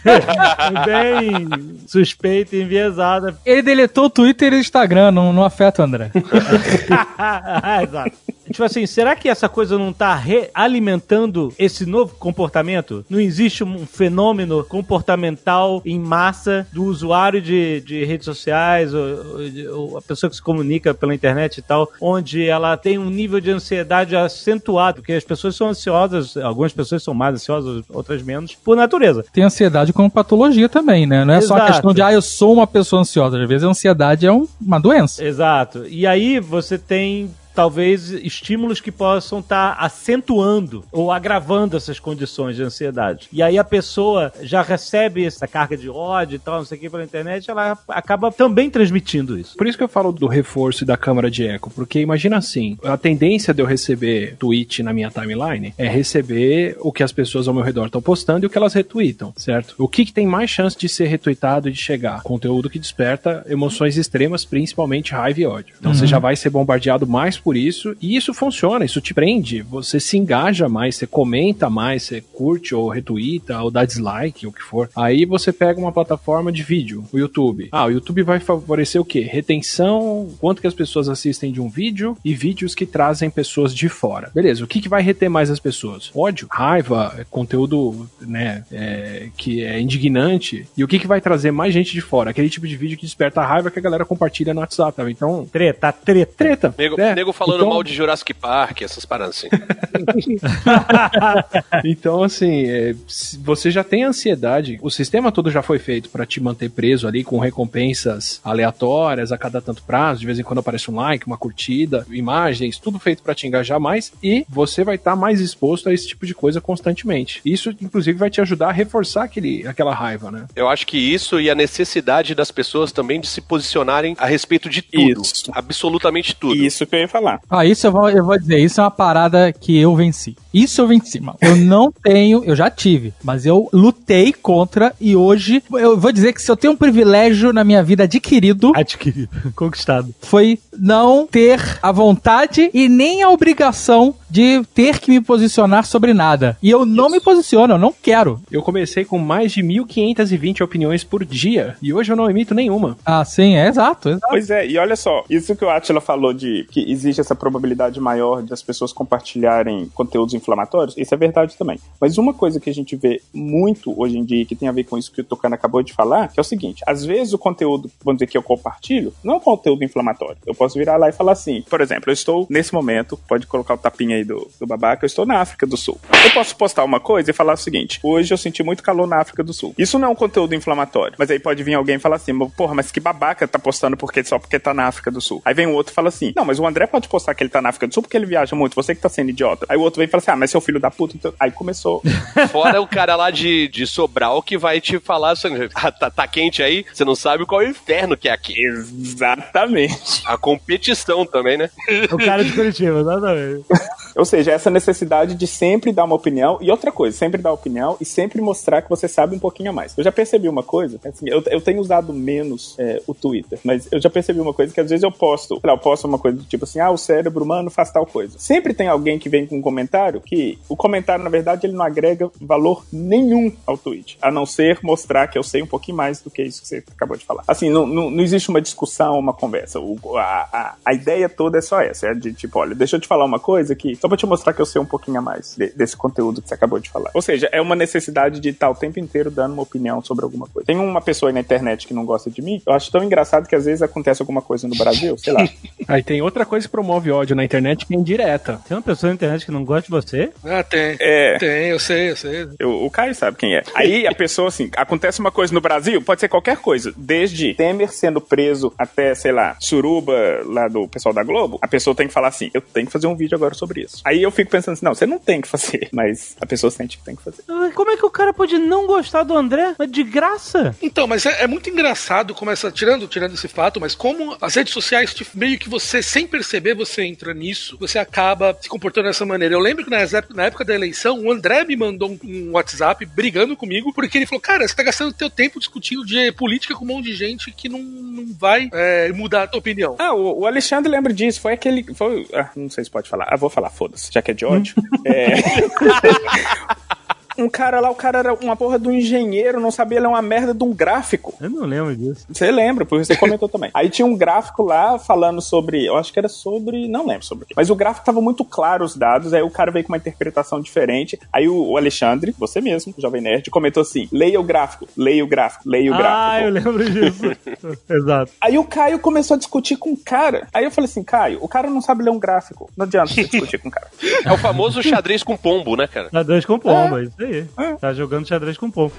bem suspeita e enviesada. Ele deletou o Twitter e o Instagram, não, não afeta o André. Exato. Tipo assim, será que essa coisa não tá realimentando esse novo comportamento? Não existe um fenômeno comportamental em massa do usuário de, de redes sociais, ou, ou a pessoa que se comunica pela internet e tal, onde ela tem um nível de ansiedade acentuado, porque as pessoas são ansiosas, algumas pessoas são mais ansiosas, outras menos, por natureza. Tem ansiedade como patologia também, né? Não é Exato. Só a questão de, ah, eu sou uma pessoa ansiosa. Às vezes a ansiedade é um, uma doença. Exato. E aí você tem talvez estímulos que possam estar tá acentuando ou agravando essas condições de ansiedade. E aí a pessoa já recebe essa carga de ódio e tal, não sei o que, pela internet, ela acaba também transmitindo isso. Por isso que eu falo do reforço e da câmara de eco, porque imagina assim, a tendência de eu receber tweet na minha timeline é receber o que as pessoas ao meu redor estão postando e o que elas retweetam, certo? O que, que tem mais chance de ser retweetado e de chegar? Conteúdo que desperta emoções extremas, principalmente raiva e ódio. Então uhum. você já vai ser bombardeado mais por isso, e isso funciona, isso te prende, você se engaja mais, você comenta mais, você curte ou retweeta ou dá dislike, o que for. Aí você pega uma plataforma de vídeo, o YouTube. Ah, o YouTube vai favorecer o quê? Retenção, quanto que as pessoas assistem de um vídeo e vídeos que trazem pessoas de fora. Beleza, o que, que vai reter mais as pessoas? Ódio, raiva, conteúdo, né, é, que é indignante, e o que, que vai trazer mais gente de fora? Aquele tipo de vídeo que desperta a raiva que a galera compartilha no WhatsApp, tá? Então... Treta, treta. Treta. Nego, é. nego falando então... mal de Jurassic Park, essas paradas assim. Então, assim, é, você já tem ansiedade, o sistema todo já foi feito pra te manter preso ali com recompensas aleatórias a cada tanto prazo, de vez em quando aparece um like, uma curtida, imagens, tudo feito pra te engajar mais, e você vai estar tá mais exposto a esse tipo de coisa constantemente. Isso, inclusive, vai te ajudar a reforçar aquele, aquela raiva, né? Eu acho que isso e a necessidade das pessoas também de se posicionarem a respeito de tudo. Isso. Absolutamente tudo. Isso que eu ia falar. Ah, isso eu vou, eu vou dizer, isso é uma parada que eu venci. Isso eu venci, mano. Eu não tenho, eu já tive, mas eu lutei contra e hoje, eu vou dizer que se eu tenho um privilégio na minha vida adquirido... Adquirido, conquistado. Foi não ter a vontade e nem a obrigação de ter que me posicionar sobre nada. E eu não isso. me posiciono, eu não quero. Eu comecei com mais de mil quinhentas e vinte opiniões por dia e hoje eu não emito nenhuma. Ah, sim, é exato, exato. Pois é, e olha só, isso que o Átila falou de que existe essa probabilidade maior de as pessoas compartilharem conteúdos inflamatórios, isso é verdade também. Mas uma coisa que a gente vê muito hoje em dia, que tem a ver com isso que o Tucano acabou de falar, que é o seguinte, às vezes o conteúdo, vamos dizer que eu compartilho, não é um conteúdo inflamatório. Eu posso virar lá e falar assim, por exemplo, eu estou nesse momento, pode colocar o tapinha aí do, do babaca, eu estou na África do Sul. Eu posso postar uma coisa e falar o seguinte, hoje eu senti muito calor na África do Sul. Isso não é um conteúdo inflamatório, mas aí pode vir alguém e falar assim, porra, mas que babaca tá postando porque, só porque tá na África do Sul. Aí vem um outro e fala assim, não, mas o André pode postar que ele tá na África do Sul porque ele viaja muito, você que tá sendo idiota. Aí o outro vem e fala assim, ah, mas seu filho da puta, então... Aí começou. Fora o cara lá de, de Sobral que vai te falar assim, ah, tá, tá quente aí, você não sabe qual é o inferno que é aqui. Exatamente. A competição também, né? O cara de Curitiba, exatamente. Ou seja, essa necessidade de sempre dar uma opinião, e outra coisa, sempre dar opinião e sempre mostrar que você sabe um pouquinho a mais. Eu já percebi uma coisa, assim, eu, eu tenho usado menos é, o Twitter, mas eu já percebi uma coisa que às vezes eu posto, eu posto uma coisa do tipo assim, ah, o cérebro humano faz tal coisa. Sempre tem alguém que vem com um comentário que o comentário, na verdade, ele não agrega valor nenhum ao tweet, a não ser mostrar que eu sei um pouquinho mais do que isso que você acabou de falar. Assim, não, não, não existe uma discussão, uma conversa. O, a, a, a ideia toda é só essa, é de tipo, olha, deixa eu te falar uma coisa que só pra te mostrar que eu sei um pouquinho a mais de, desse conteúdo que você acabou de falar. Ou seja, é uma necessidade de estar o tempo inteiro dando uma opinião sobre alguma coisa. Tem uma pessoa aí na internet que não gosta de mim, eu acho tão engraçado que às vezes acontece alguma coisa no Brasil, sei lá. Aí tem outra coisa que promove ódio na internet que é indireta. Tem uma pessoa na internet que não gosta de você? Ah, tem. É. Tem, eu sei, eu sei. Eu, o Caio sabe quem é. Aí a pessoa, assim, acontece uma coisa no Brasil, pode ser qualquer coisa, desde Temer sendo preso até, sei lá, Suruba, lá do pessoal da Globo, a pessoa tem que falar assim, eu tenho que fazer um vídeo agora sobre isso. isso. Aí eu fico pensando assim, não, você não tem que fazer, mas a pessoa sente que tem que fazer. Como é que o cara pode não gostar do André? Mas de graça? Então, mas é, é muito engraçado como essa, tirando, tirando esse fato, mas como as redes sociais, meio que você, sem perceber, você entra nisso, você acaba se comportando dessa maneira. Eu lembro que na época, na época da eleição, o André me mandou um, um WhatsApp brigando comigo, porque ele falou, cara, você tá gastando teu tempo discutindo de política com um monte de gente que não, não vai é, mudar a tua opinião. Ah, o, o Alexandre lembra disso, foi aquele, foi, ah, não sei se pode falar, ah, vou falar, foda-se, já que é de ódio. é... Um cara lá, o cara era uma porra do engenheiro, não sabia ler uma merda de um gráfico. Eu não lembro disso. Você lembra, porque você comentou também. Aí tinha um gráfico lá falando sobre, eu acho que era sobre, não lembro sobre o quê. Mas o gráfico tava muito claro os dados, aí o cara veio com uma interpretação diferente. Aí o, o Alexandre, você mesmo, o Jovem Nerd, comentou assim, leia o gráfico, leia o gráfico, leia o gráfico. Ah, eu lembro disso. Exato. Aí o Caio começou a discutir com o cara. Aí eu falei assim, Caio, o cara não sabe ler um gráfico. Não adianta você discutir com o cara. É o famoso xadrez com pombo, né, cara? Xadrez com pombo, é, é isso aí. É. Tá jogando xadrez com pombo.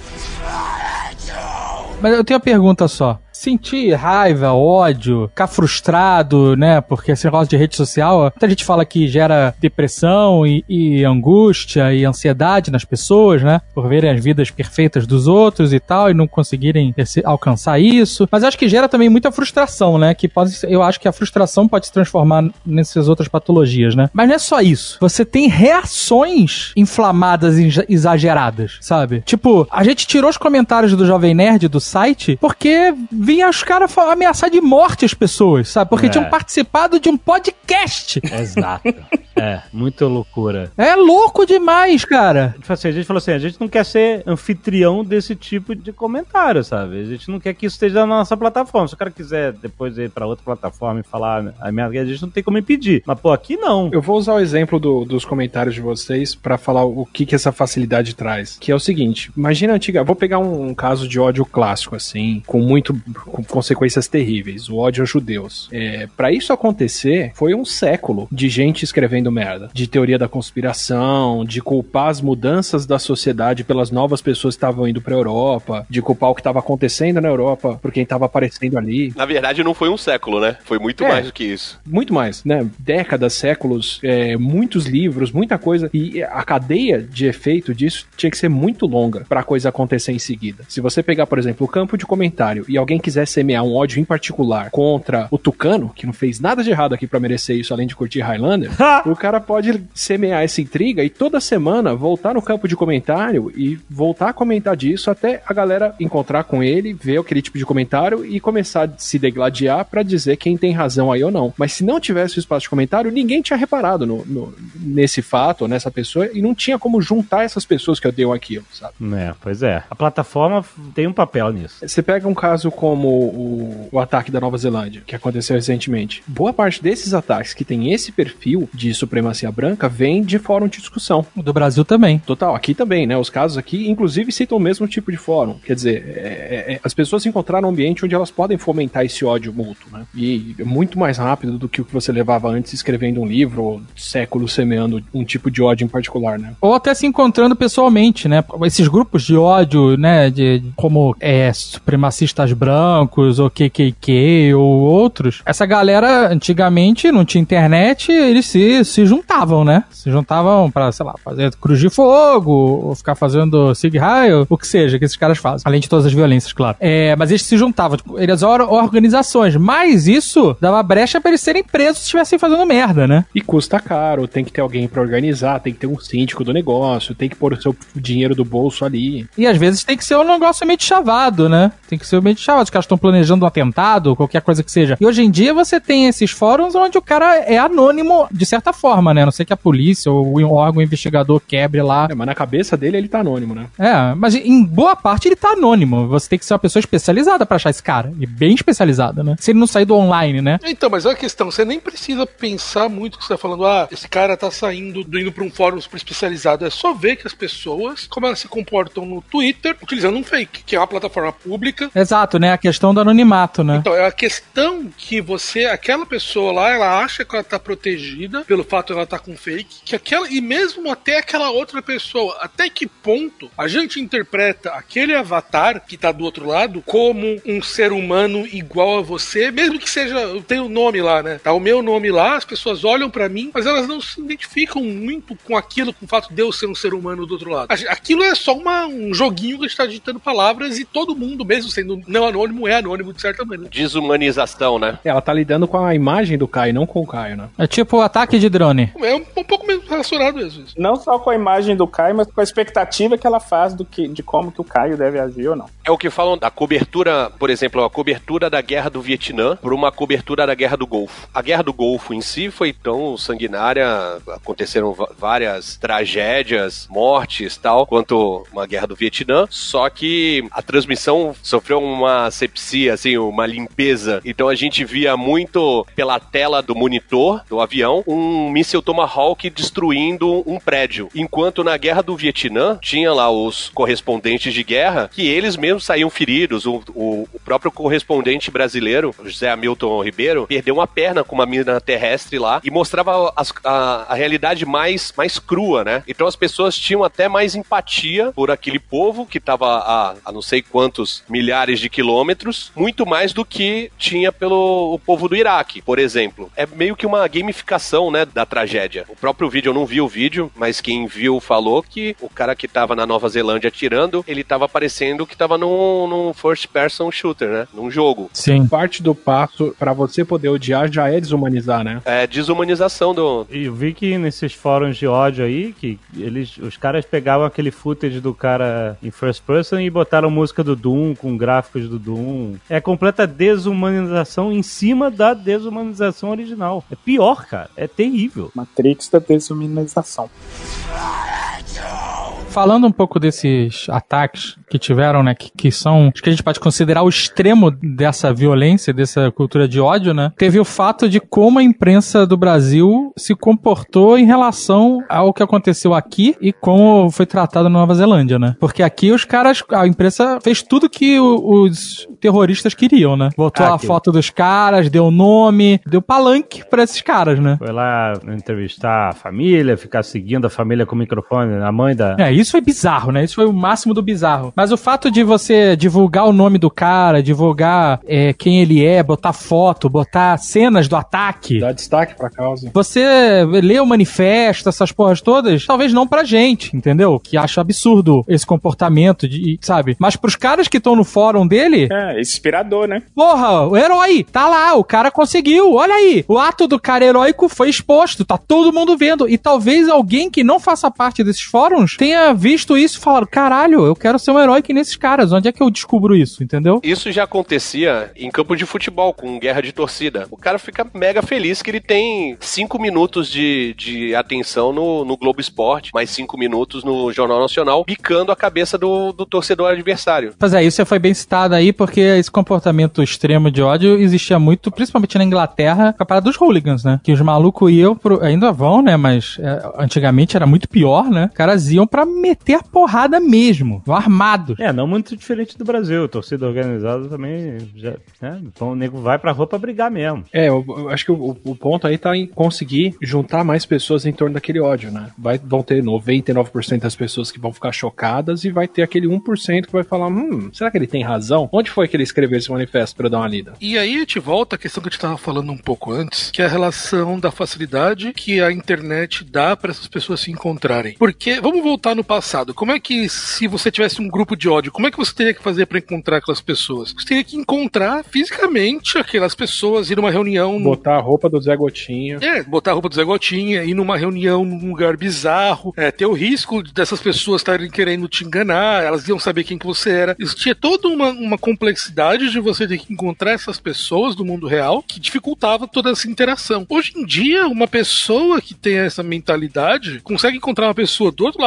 Mas eu tenho uma pergunta só. Sentir raiva, ódio, ficar frustrado, né? Porque esse negócio de rede social, muita gente fala que gera depressão e, e angústia e ansiedade nas pessoas, né? Por verem as vidas perfeitas dos outros e tal, e não conseguirem esse, alcançar isso. Mas acho que gera também muita frustração, né? Que pode, eu acho que a frustração pode se transformar nessas outras patologias, né? Mas não é só isso. Você tem reações inflamadas e exageradas, sabe? Tipo, a gente tirou os comentários do Jovem Nerd do site porque vinha os caras ameaçar de morte as pessoas, sabe? Porque é. tinham participado de um podcast. Exato. É, muita loucura. É louco demais, cara. A gente falou assim, a gente não quer ser anfitrião desse tipo de comentário, sabe? A gente não quer que isso esteja na nossa plataforma. Se o cara quiser depois ir pra outra plataforma e falar a merda, a gente não tem como impedir. Mas, pô, aqui não. Eu vou usar o exemplo do, dos comentários de vocês pra falar o que que essa facilidade traz. Que é o seguinte, imagina a antiga... Vou pegar um, um caso de ódio clássico, assim, com muito... com consequências terríveis. O ódio aos judeus. É, pra isso acontecer, foi um século de gente escrevendo merda, de teoria da conspiração, de culpar as mudanças da sociedade pelas novas pessoas que estavam indo pra Europa, de culpar o que estava acontecendo na Europa por quem estava aparecendo ali. Na verdade não foi um século, né? Foi muito é, mais do que isso. Muito mais, né? Décadas, séculos, é, muitos livros, muita coisa, e a cadeia de efeito disso tinha que ser muito longa pra coisa acontecer em seguida. Se você pegar, por exemplo, o campo de comentário e alguém quiser semear um ódio em particular contra o Tucano, que não fez nada de errado aqui pra merecer isso, além de curtir Highlander, o cara pode semear essa intriga e toda semana voltar no campo de comentário e voltar a comentar disso até a galera encontrar com ele, ver aquele tipo de comentário e começar a se degladiar pra dizer quem tem razão aí ou não. Mas se não tivesse o espaço de comentário, ninguém tinha reparado no, no, nesse fato, nessa pessoa, e não tinha como juntar essas pessoas que odeiam aquilo, sabe? É, pois é. A plataforma tem um papel nisso. Você pega um caso como o, o ataque da Nova Zelândia, que aconteceu recentemente. Boa parte desses ataques que tem esse perfil de supremacia branca vem de fórum de discussão. Do Brasil também. Total, aqui também, né? Os casos aqui, inclusive, citam o mesmo tipo de fórum. Quer dizer, é, é, as pessoas encontraram um ambiente onde elas podem fomentar esse ódio mútuo, né? E é muito mais rápido do que o que você levava antes escrevendo um livro ou séculos semeando um tipo de ódio em particular, né? Ou até se encontrando pessoalmente, né? Esses grupos de ódio, né? De, de como é, supremacistas brancos ou K K K ou outros. Essa galera, antigamente, não tinha internet, eles se, se juntavam, né? Se juntavam pra, sei lá, fazer cruz de fogo, ou ficar fazendo sig raio, o que seja que esses caras fazem. Além de todas as violências, claro. É, mas eles se juntavam, tipo, eles eram organizações. Mas isso dava brecha pra eles serem presos se estivessem fazendo merda, né? E custa caro, tem que ter alguém pra organizar, tem que ter um síndico do negócio, tem que pôr o seu dinheiro do bolso ali. E às vezes tem que ser um negócio meio chavado, né? Tem que ser meio chavado. Os caras estão planejando um atentado, qualquer coisa que seja. E hoje em dia você tem esses fóruns onde o cara é anônimo, de certa forma, né? A não sei que a polícia ou o órgão investigador quebre lá. É, mas na cabeça dele ele tá anônimo, né? É, mas em boa parte ele tá anônimo. Você tem que ser uma pessoa especializada pra achar esse cara. E bem especializada, né? Se ele não sair do online, né? Então, mas é a questão, você nem precisa pensar muito que você tá falando, ah, esse cara tá saindo, indo pra um fórum super especializado. É só ver que as pessoas, como elas se comportam no Twitter, utilizando um fake, que é uma plataforma pública. Exato, né? A questão do anonimato, né? Então, é a questão que você, aquela pessoa lá, ela acha que ela tá protegida pelo fato fato ela tá com fake, que aquela, e mesmo até aquela outra pessoa, até que ponto a gente interpreta aquele avatar que tá do outro lado como um ser humano igual a você, mesmo que seja, eu tenho o nome lá, né? Tá o meu nome lá, as pessoas olham pra mim, mas elas não se identificam muito com aquilo, com o fato de eu ser um ser humano do outro lado. Aquilo é só uma, um joguinho que a gente tá digitando palavras e todo mundo, mesmo sendo não anônimo, é anônimo de certa maneira. Desumanização, né? Ela tá lidando com a imagem do Caio, não com o Caio, né? É tipo o ataque de drone. É um, um pouco mesmo relacionado mesmo. Não só com a imagem do Caio, mas com a expectativa que ela faz do que, de como que o Caio deve agir ou não. É o que falam da cobertura, por exemplo, a cobertura da Guerra do Vietnã por uma cobertura da Guerra do Golfo. A Guerra do Golfo em si foi tão sanguinária, aconteceram várias tragédias, mortes, tal, quanto uma Guerra do Vietnã, só que a transmissão sofreu uma asepsia, assim, uma limpeza. Então a gente via muito pela tela do monitor do avião um míssil Tomahawk destruindo um prédio. Enquanto na Guerra do Vietnã tinha lá os correspondentes de guerra que eles mesmos saíam feridos. O, o, o próprio correspondente brasileiro, José Hamilton Ribeiro, perdeu uma perna com uma mina terrestre lá e mostrava as, a, a realidade mais, mais crua, né? Então as pessoas tinham até mais empatia por aquele povo que estava a, a não sei quantos milhares de quilômetros, muito mais do que tinha pelo o povo do Iraque, por exemplo. É meio que uma gamificação, né, da tragédia. O próprio vídeo, eu não vi o vídeo, mas quem viu falou que o cara que tava na Nova Zelândia atirando, ele tava parecendo que tava num, num first person shooter, né? Num jogo. Sim. Parte do passo pra você poder odiar já é desumanizar, né? É desumanização do... E eu vi que nesses fóruns de ódio aí, que eles, os caras pegavam aquele footage do cara em first person e botaram música do Doom, com gráficos do Doom. É completa desumanização em cima da desumanização original. É pior, cara. É terrível. Matrix da desumanização. Falando um pouco desses ataques que tiveram, né, que, que são, acho que a gente pode considerar o extremo dessa violência, dessa cultura de ódio, né, teve o fato de como a imprensa do Brasil se comportou em relação ao que aconteceu aqui e como foi tratado na Nova Zelândia, né, porque aqui os caras, a imprensa fez tudo que o, os terroristas queriam, né, botou ah, a foto dos caras, deu nome, deu palanque pra esses caras, né. Foi lá entrevistar a família, ficar seguindo a família com o microfone, a mãe da... É, isso foi bizarro, né? Isso foi o máximo do bizarro. Mas o fato de você divulgar o nome do cara, divulgar é, quem ele é, botar foto, botar cenas do ataque... Dá destaque pra causa. Você lê o manifesto, essas porras todas, talvez não pra gente, entendeu? Que acha absurdo esse comportamento, de, sabe? Mas pros caras que estão no fórum dele... É, inspirador, né? Porra, o herói, tá lá, o cara conseguiu, olha aí. O ato do cara heróico foi exposto, tá todo mundo vendo. E talvez alguém que não faça parte desses fóruns tenha visto isso e falado, caralho, eu quero ser um herói que nesses caras, onde é que eu descubro isso, entendeu? Isso já acontecia em campo de futebol, com guerra de torcida. O cara fica mega feliz que ele tem cinco minutos de, de atenção no, no Globo Esporte, mais cinco minutos no Jornal Nacional, picando a cabeça do, do torcedor adversário. Pois é, isso foi bem citado aí, porque esse comportamento extremo de ódio existia muito, principalmente na Inglaterra, com a parada dos hooligans, né? Que os malucos iam pro... ainda vão, né? Mas é, antigamente era muito pior, né? Os caras iam pra meter a porrada mesmo, armados. É, não muito diferente do Brasil. Torcida organizada também, já, né? Então o nego vai pra rua pra brigar mesmo. É, eu, eu acho que o, o ponto aí tá em conseguir juntar mais pessoas em torno daquele ódio, né? Vai, vão ter noventa e nove por cento das pessoas que vão ficar chocadas e vai ter aquele um por cento que vai falar, hum, será que ele tem razão? Onde foi que ele escreveu esse manifesto pra eu dar uma lida? E aí a gente volta à questão que a gente tava falando um pouco antes, que é a relação da facilidade que a internet dá pra essas pessoas se encontrarem. Porque, vamos voltar no passado, como é que, se você tivesse um grupo de ódio, como é que você teria que fazer pra encontrar aquelas pessoas? Você teria que encontrar fisicamente aquelas pessoas, ir numa reunião... Botar a roupa do Zé Gotinha. É, botar a roupa do Zé Gotinha, ir numa reunião num lugar bizarro, é, ter o risco dessas pessoas estarem querendo te enganar, elas iam saber quem que você era. Existia toda uma, uma complexidade de você ter que encontrar essas pessoas do mundo real que dificultava toda essa interação. Hoje em dia, uma pessoa que tem essa mentalidade consegue encontrar uma pessoa do outro lado do país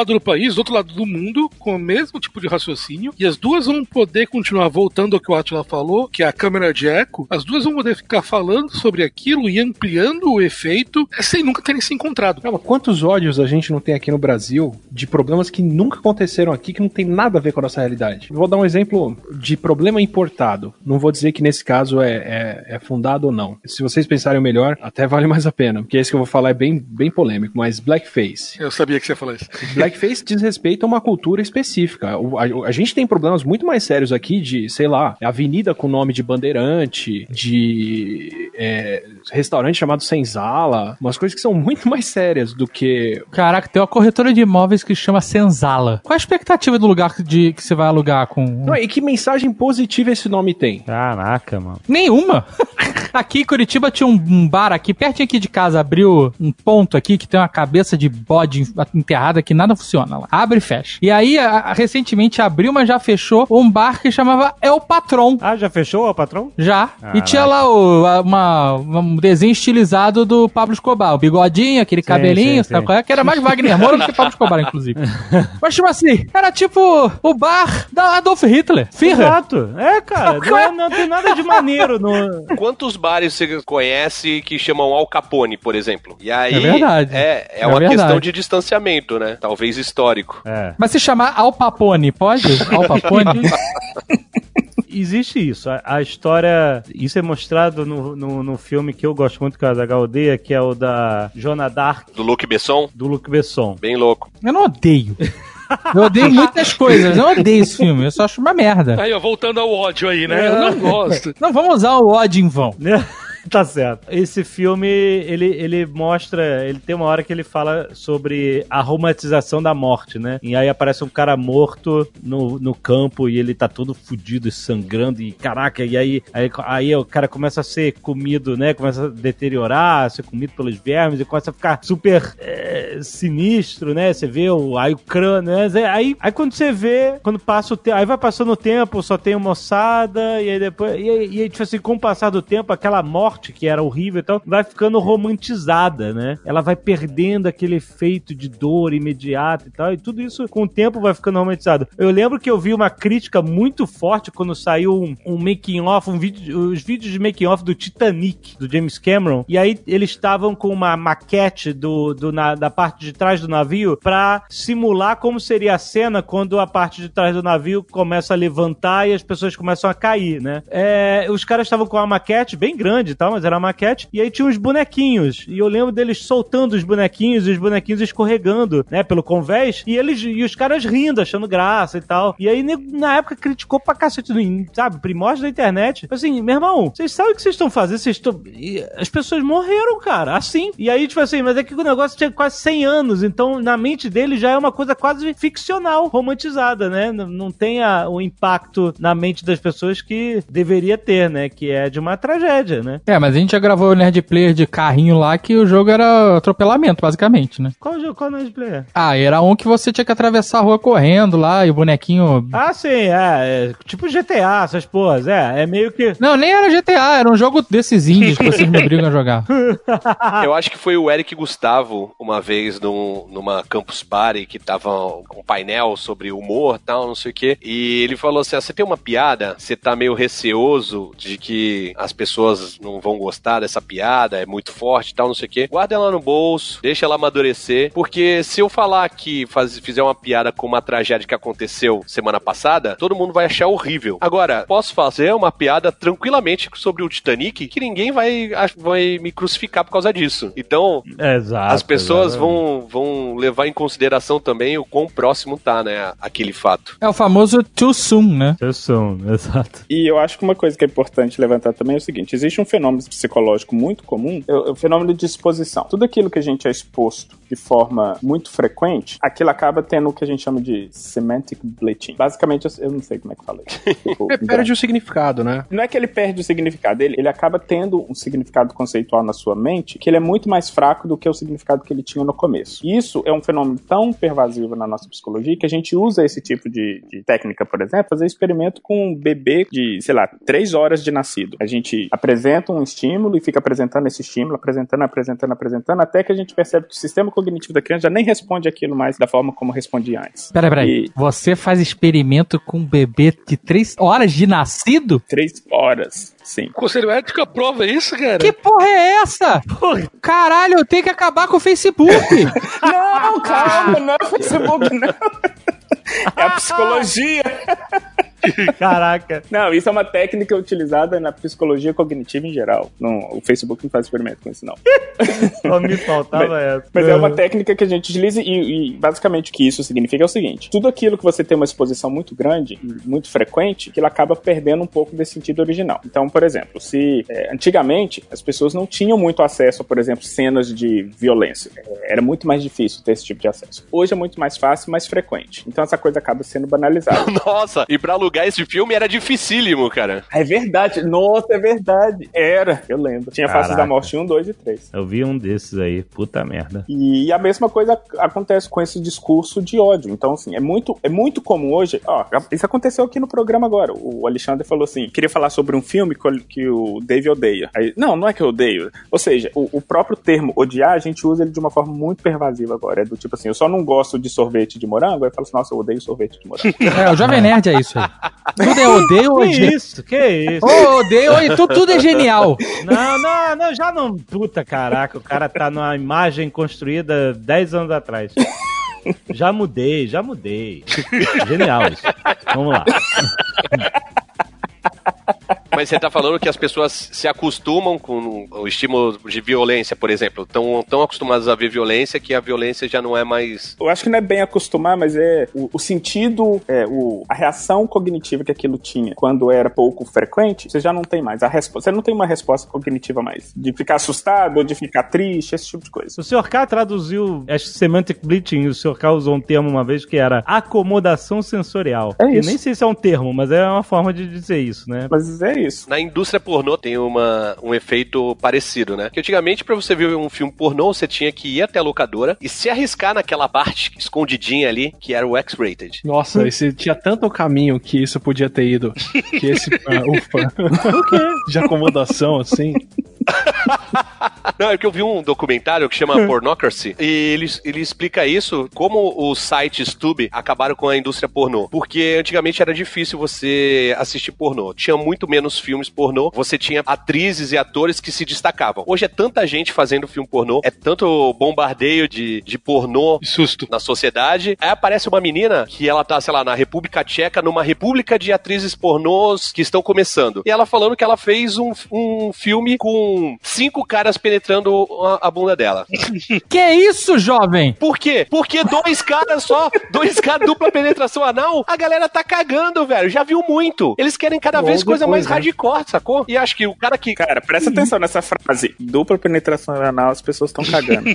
país do outro lado do mundo com o mesmo tipo de raciocínio e as duas vão poder continuar voltando ao que o Atila falou, que é a câmera de eco. As duas vão poder ficar falando sobre aquilo e ampliando o efeito sem nunca terem se encontrado. Calma, quantos ódios a gente não tem aqui no Brasil de problemas que nunca aconteceram aqui, que não tem nada a ver com a nossa realidade? Vou dar um exemplo de problema importado. Não vou dizer que nesse caso é, é, é fundado ou não. Se vocês pensarem melhor, até vale mais a pena, porque esse que eu vou falar é bem, bem polêmico, mas blackface. Eu sabia que você ia falar isso. Blackface diz respeito a uma cultura específica. O, a, a gente tem problemas muito mais sérios aqui de, sei lá, avenida com nome de bandeirante, de é, restaurante chamado Senzala, umas coisas que são muito mais sérias do que... Caraca, tem uma corretora de imóveis que chama Senzala. Qual a expectativa do lugar de, que você vai alugar com... Não, e que mensagem positiva esse nome tem? Caraca, mano. Nenhuma. Aqui em Curitiba tinha um, um bar aqui, pertinho aqui de casa, abriu um ponto aqui que tem uma cabeça de bode enterrada que nada funciona lá. Abre e fecha. E aí, a, a, recentemente abriu, mas já fechou um bar que chamava El Patrón. Ah, já fechou o El Patrón? Já. Caraca. E tinha lá o, a, uma, um desenho estilizado do Pablo Escobar. O bigodinho, aquele sim, cabelinho, sim, sabe qual é? Que era mais Wagner Moura do que Pablo Escobar, inclusive. Mas tipo assim, era tipo o bar da Adolf Hitler. Führer. Exato. É, cara. Não, não tem nada de maneiro no... Quantos bares você conhece que chamam Al Capone, por exemplo? E aí, é verdade. É, é, é uma verdade. questão de distanciamento, né? Talvez histórico. É. Mas se chamar Al Papone, pode? Al Papone? Existe isso. A, a história... Isso é mostrado no, no, no filme que eu gosto muito, que é da Galdeia, que é o da Joana d'Arc. Do Luc Besson? Do Luc Besson. Bem louco. Eu não odeio. Eu odeio muitas coisas. Eu não odeio esse filme. Eu só acho uma merda. Aí, ó, voltando ao ódio aí, né? É. Eu não gosto. Não vamos usar o ódio em vão. Tá certo. Esse filme, ele, ele mostra... Ele tem uma hora que ele fala sobre a romantização da morte, né? E aí aparece um cara morto no, no campo e ele tá todo fudido e sangrando e caraca, e aí, aí, aí o cara começa a ser comido, né? Começa a deteriorar, a ser comido pelos vermes e começa a ficar super é, sinistro, né? Você vê o, aí o crânio, né? Aí, aí quando você vê, quando passa o tempo, aí vai passando o tempo, só tem uma moçada e aí depois... E aí, e aí tipo assim, com o passar do tempo, aquela morte que era horrível e tal, vai ficando romantizada, né? Ela vai perdendo aquele efeito de dor imediata e tal, e tudo isso com o tempo vai ficando romantizado. Eu lembro que eu vi uma crítica muito forte quando saiu um, um making-off, um vídeo, os vídeos de making-off do Titanic, do James Cameron, e aí eles estavam com uma maquete do, do, na, da parte de trás do navio pra simular como seria a cena quando a parte de trás do navio começa a levantar e as pessoas começam a cair, né? É, os caras estavam com uma maquete bem grande e tal, mas era uma maquete, e aí tinha uns bonequinhos, e eu lembro deles soltando os bonequinhos, e os bonequinhos escorregando, né, pelo convés, e eles, e os caras rindo, achando graça e tal, e aí na época criticou pra cacete, sabe, primórdio da internet, assim, meu irmão, vocês sabem o que vocês estão fazendo, vocês estão, as pessoas morreram, cara, assim, e aí, tipo assim, mas é que o negócio tinha quase cem anos, então na mente dele já é uma coisa quase ficcional, romantizada, né, não, não tem a, o impacto na mente das pessoas que deveria ter, né, que é de uma tragédia, né. É, mas a gente já gravou o Nerd Player de carrinho lá que o jogo era atropelamento, basicamente, né? Qual jogo? Qual Nerd Player? Ah, era um que você tinha que atravessar a rua correndo lá e o bonequinho... Ah, sim, é, é tipo G T A, essas porras, é, é meio que... Não, nem era G T A, era um jogo desses indies que vocês me obrigam a jogar. Eu acho que foi o Eric Gustavo, uma vez, num, numa Campus Party, que tava com um painel sobre humor e tal, não sei o quê, e ele falou assim, ah, você tem uma piada, você tá meio receoso de que as pessoas não vão gostar dessa piada, é muito forte e tal, não sei o quê. Guarda ela no bolso, deixa ela amadurecer, porque se eu falar que faz, fizer uma piada com uma tragédia que aconteceu semana passada, todo mundo vai achar horrível. Agora, posso fazer uma piada tranquilamente sobre o Titanic que ninguém vai, vai me crucificar por causa disso. Então, exato, as pessoas exatamente. vão, vão levar em consideração também o quão próximo tá, né, aquele fato. É o famoso too soon, né? Too soon, exato. E eu acho que uma coisa que é importante levantar também é o seguinte, existe um fenômeno psicológico muito comum, é o fenômeno de exposição. Tudo aquilo que a gente é exposto de forma muito frequente, aquilo acaba tendo o que a gente chama de semantic bleaching. Basicamente, eu não sei como é que fala isso. Tipo, é, perde o significado, né? Não é que ele perde o significado dele, ele acaba tendo um significado conceitual na sua mente que ele é muito mais fraco do que o significado que ele tinha no começo. E isso é um fenômeno tão pervasivo na nossa psicologia que a gente usa esse tipo de, de técnica, por exemplo, fazer experimento com um bebê de, sei lá, três horas de nascido. A gente apresenta um estímulo e fica apresentando esse estímulo, apresentando, apresentando, apresentando, até que a gente percebe que o sistema cognitivo da criança já nem responde aquilo mais da forma como respondia antes. Peraí, peraí. E... Você faz experimento com um bebê de três horas de nascido? Três horas, sim. O Conselho Ético aprova isso, cara? Que porra é essa? Porra. Caralho, eu tenho que acabar com o Facebook. Não, calma, não é o Facebook, não. É a psicologia. Caraca. Não, isso é uma técnica utilizada na psicologia cognitiva em geral. Não, o Facebook não faz experimento com isso, não. Só me faltava mas, essa. Mas é uma técnica que a gente utiliza e, e basicamente o que isso significa é o seguinte: tudo aquilo que você tem uma exposição muito grande, muito frequente, que ela acaba perdendo um pouco desse sentido original. Então, por exemplo, se é, antigamente as pessoas não tinham muito acesso a, por exemplo, cenas de violência. É, era muito mais difícil ter esse tipo de acesso. Hoje é muito mais fácil, mais frequente. Então essa coisa acaba sendo banalizada. Nossa, e pra alugar esse filme era dificílimo, cara. É verdade. Nossa, é verdade. Era. Eu lembro. Tinha Faces da Morte um, dois e três. Eu vi um desses aí. Puta merda. E a mesma coisa acontece com esse discurso de ódio. Então, assim, é muito, é muito comum hoje. Ó, isso aconteceu aqui no programa agora. O Alexandre falou assim, queria falar sobre um filme que o Dave odeia. Aí, não, não é que eu odeio. Ou seja, o, o próprio termo odiar, a gente usa ele de uma forma muito pervasiva agora. É do tipo assim, eu só não gosto de sorvete de morango. Aí eu falo assim, nossa, eu odeio sorvete de morango. É, o Jovem Nerd é isso aí. Tudo é odeio ou Que odeio? isso? Que isso? Oh, odeio e tudo, tudo é genial. Não, não, não, já não. Puta caraca, o cara tá numa imagem construída dez anos atrás. Já mudei, já mudei. Genial isso. Vamos lá. Mas você tá falando que as pessoas se acostumam com o estímulo de violência, por exemplo. Estão tão acostumadas a ver violência que a violência já não é mais... Eu acho que não é bem acostumar, mas é o, o sentido, é, o, a reação cognitiva que aquilo tinha quando era pouco frequente, você já não tem mais. A respo- você não tem uma resposta cognitiva mais. De ficar assustado ou de ficar triste, esse tipo de coisa. O senhor K traduziu, acho que semantic bleaching, o senhor K usou um termo uma vez que era acomodação sensorial. É que isso. nem sei se é um termo, mas é uma forma de dizer isso, né? Mas é isso. Na indústria pornô tem uma, um efeito parecido, né? Que antigamente, pra você ver um filme pornô, você tinha que ir até a locadora e se arriscar naquela parte escondidinha ali, que era o X-rated. Nossa, esse tinha tanto caminho que isso podia ter ido. Que esse... Ah, ufa. De acomodação, assim... Não, é que eu vi um documentário que chama Pornocracy e ele, ele explica isso, como os sites Tube acabaram com a indústria pornô. Porque antigamente era difícil você assistir pornô. Tinha muito menos filmes pornô. Você tinha atrizes e atores que se destacavam. Hoje é tanta gente fazendo filme pornô, é tanto bombardeio de, de pornô Susto. na sociedade. Aí aparece uma menina que ela tá, sei lá, na República Tcheca, numa república de atrizes pornôs que estão começando. E ela falando que ela fez um, um filme com cinco caras penetrando a, a bunda dela. Que isso, jovem? Por quê? Porque dois caras só, dois caras, dupla penetração anal, a galera tá cagando, velho. Já viu muito. Eles querem cada vez coisa depois, mais né? hardcore, sacou? E acho que o cara que... Cara, presta atenção nessa frase. Dupla penetração anal, as pessoas estão cagando.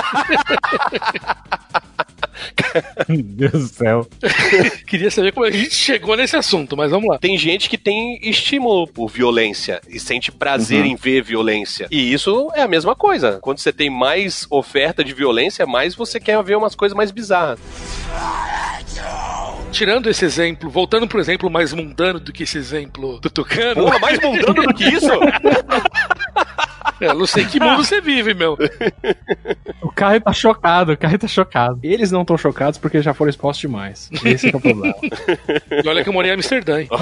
Meu Deus do céu. Queria saber como a gente chegou nesse assunto, mas vamos lá. Tem gente que tem estímulo por violência e sente prazer Uhum. em ver violência. E isso é a mesma coisa. Quando você tem mais oferta de violência, mais você quer ver umas coisas mais bizarras. Tirando esse exemplo, voltando pro exemplo mais mundano do que esse exemplo do Tucano. Porra, mais mundano do que isso? Eu não sei que mundo você vive, meu. O Caio tá chocado, o Caio tá chocado. Eles não estão chocados porque já foram expostos demais. Esse é o problema. E olha que eu morei em Amsterdã, hein?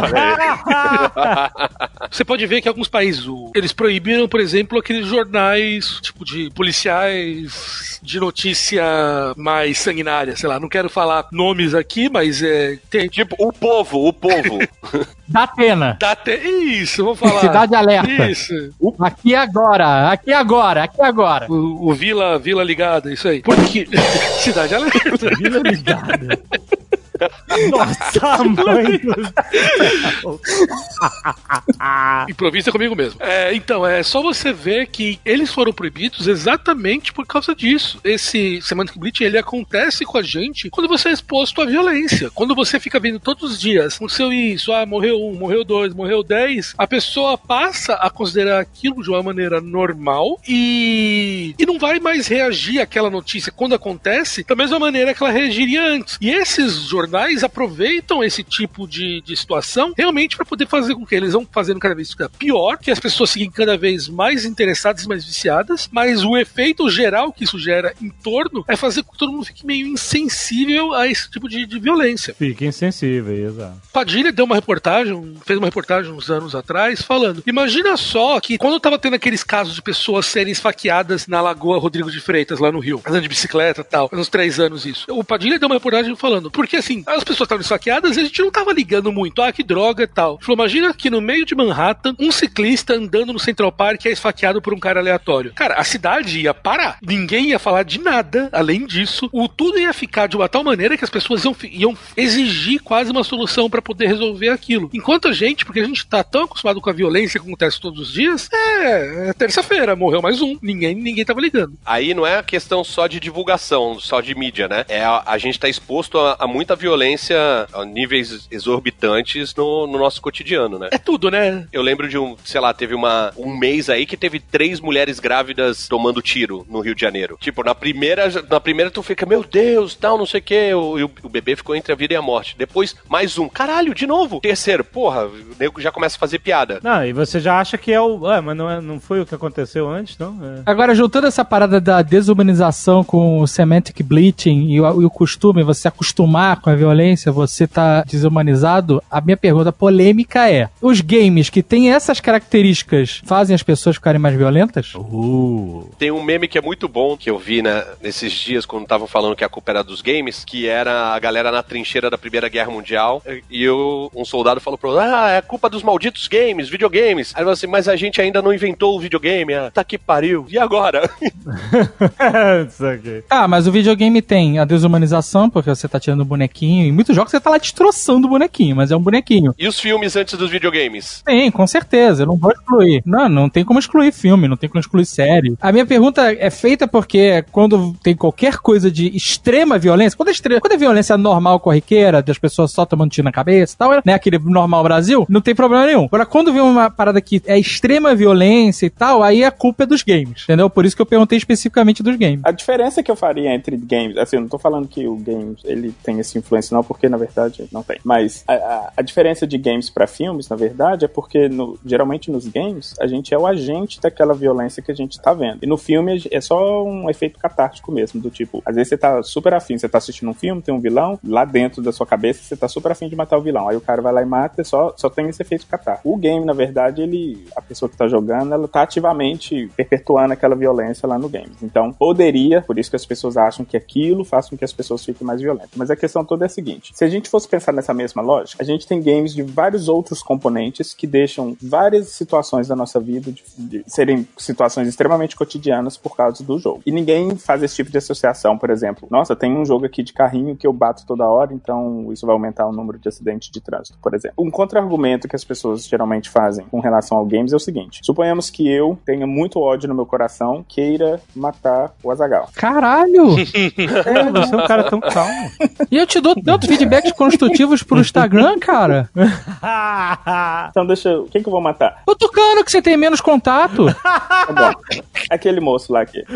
Você pode ver que alguns países, o- eles proibiram, por exemplo, aqueles jornais, tipo de policiais de notícia mais sanguinária, sei lá, não quero falar nomes aqui, mas é... Tem, Tipo, o povo, o povo. Da Atena. dá até... Isso, vou falar. Cidade Alerta. Isso. Aqui agora, aqui agora, aqui agora. O, o Vila, Vila Ligada, isso aí. Porque... Cidade Alerta. Vila ligada. Nossa, mãe do céu. Improvisa comigo mesmo. É, então, é só você ver que eles foram proibidos exatamente por causa disso. Esse Semantic Bleaching, ele acontece com a gente quando você é exposto à violência. Quando você fica vendo todos os dias, aconteceu isso, ah, morreu um, morreu dois, morreu dez, a pessoa passa a considerar aquilo de uma maneira normal e, e não vai mais reagir àquela notícia quando acontece da mesma maneira que ela reagiria antes. E esses jornais, eles aproveitam esse tipo de, de situação realmente para poder fazer com que eles vão fazendo cada vez pior, que as pessoas fiquem cada vez mais interessadas e mais viciadas, mas o efeito geral que isso gera em torno é fazer com que todo mundo fique meio insensível a esse tipo de, de violência. Fique insensível, exato. Padilha deu uma reportagem, fez uma reportagem uns anos atrás, falando, imagina só que quando tava tendo aqueles casos de pessoas serem esfaqueadas na Lagoa Rodrigo de Freitas, lá no Rio, andando de bicicleta e tal, faz uns três anos isso. O Padilha deu uma reportagem falando, porque assim, as pessoas estavam esfaqueadas e a gente não tava ligando muito, ah, que droga e tal. Ele falou, imagina que no meio de Manhattan, um ciclista andando no Central Park é esfaqueado por um cara aleatório. Cara, a cidade ia parar. Ninguém ia falar de nada, além disso. O tudo ia ficar de uma tal maneira que as pessoas iam, iam exigir quase uma solução pra poder resolver aquilo. Enquanto a gente, porque a gente tá tão acostumado com a violência que acontece todos os dias, é, é terça-feira, morreu mais um. Ninguém, ninguém tava ligando. Aí não é a questão só de divulgação, só de mídia, né? É a, a gente tá exposto a, a muita violência a níveis exorbitantes no, no nosso cotidiano, né? É tudo, né? Eu lembro de um, sei lá, teve uma, um mês aí que teve três mulheres grávidas tomando tiro no Rio de Janeiro. Tipo, na primeira, na primeira tu fica, meu Deus, tal, não sei o quê, o, o, o bebê ficou entre a vida e a morte. Depois, mais um. Caralho, de novo. Terceiro, porra, o nego já começa a fazer piada. Não, e você já acha que é o... Ué, mas não, é, não foi o que aconteceu antes, não? É. Agora, juntando essa parada da desumanização com o semantic bleaching e o, e o costume, você acostumar com a violência, você tá desumanizado, a minha pergunta polêmica é, os games que têm essas características fazem as pessoas ficarem mais violentas? Uh. Tem um meme que é muito bom, que eu vi, né, nesses dias, quando estavam falando que a culpa era dos games, que era a galera na trincheira da Primeira Guerra Mundial, e eu, um soldado falou pro outro, ah, é culpa dos malditos games, videogames. Aí ele falou assim, mas a gente ainda não inventou o videogame, ah, tá que pariu, e agora? Ah, mas o videogame tem a desumanização, porque você tá tirando o bonequinho, em muitos jogos você tá lá destroçando o bonequinho, mas é um bonequinho. E os filmes antes dos videogames? Tem, com certeza, eu não vou excluir. Não, não tem como excluir filme, não tem como excluir série. A minha pergunta é feita porque quando tem qualquer coisa de extrema violência, quando é, extrema, quando é violência normal, corriqueira, das pessoas só tomando tiro na cabeça e tal, né, aquele normal Brasil, não tem problema nenhum. Agora, quando vem uma parada que é extrema violência e tal, aí a culpa é dos games, entendeu? Por isso que eu perguntei especificamente dos games. A diferença que eu faria entre games, assim, eu não tô falando que o games, ele tem essa influência não, porque na verdade não tem, mas a, a, a diferença de games pra filmes, na verdade, é porque no, geralmente nos games, a gente é o agente daquela violência que a gente tá vendo. E no filme é só um efeito catártico mesmo, do tipo, às vezes você tá super afim, você tá assistindo um filme, tem um vilão, lá dentro da sua cabeça você tá super afim de matar o vilão, aí o cara vai lá e mata, só, só tem esse efeito catártico. O game, na verdade, ele, a pessoa que tá jogando, ela tá ativamente perpetuando aquela violência lá no game. Então, poderia, por isso que as pessoas acham que aquilo faz com que as pessoas fiquem mais violentas. Mas a questão toda é a seguinte, se a gente fosse pensar nessa mesma lógica, a gente tem games de vários outros componentes que deixam várias situações da nossa vida de, de serem situações extremamente cotidianas por causa do jogo. E ninguém faz esse tipo de associação, por exemplo, nossa, tem um jogo aqui de carrinho que eu bato toda hora, então isso vai aumentar o número de acidentes de trânsito, por exemplo. Um contra-argumento que as pessoas geralmente fazem com relação ao games é o seguinte, suponhamos que eu tenha muito ódio no meu coração, queira matar o Azaghal. Caralho! É, você é um cara tão calmo. E eu te dou tantos feedbacks construtivos pro Instagram, cara. Então deixa eu... Quem que eu vou matar? O Tucano, que você tem menos contato. Tá bom. Aquele moço lá aqui.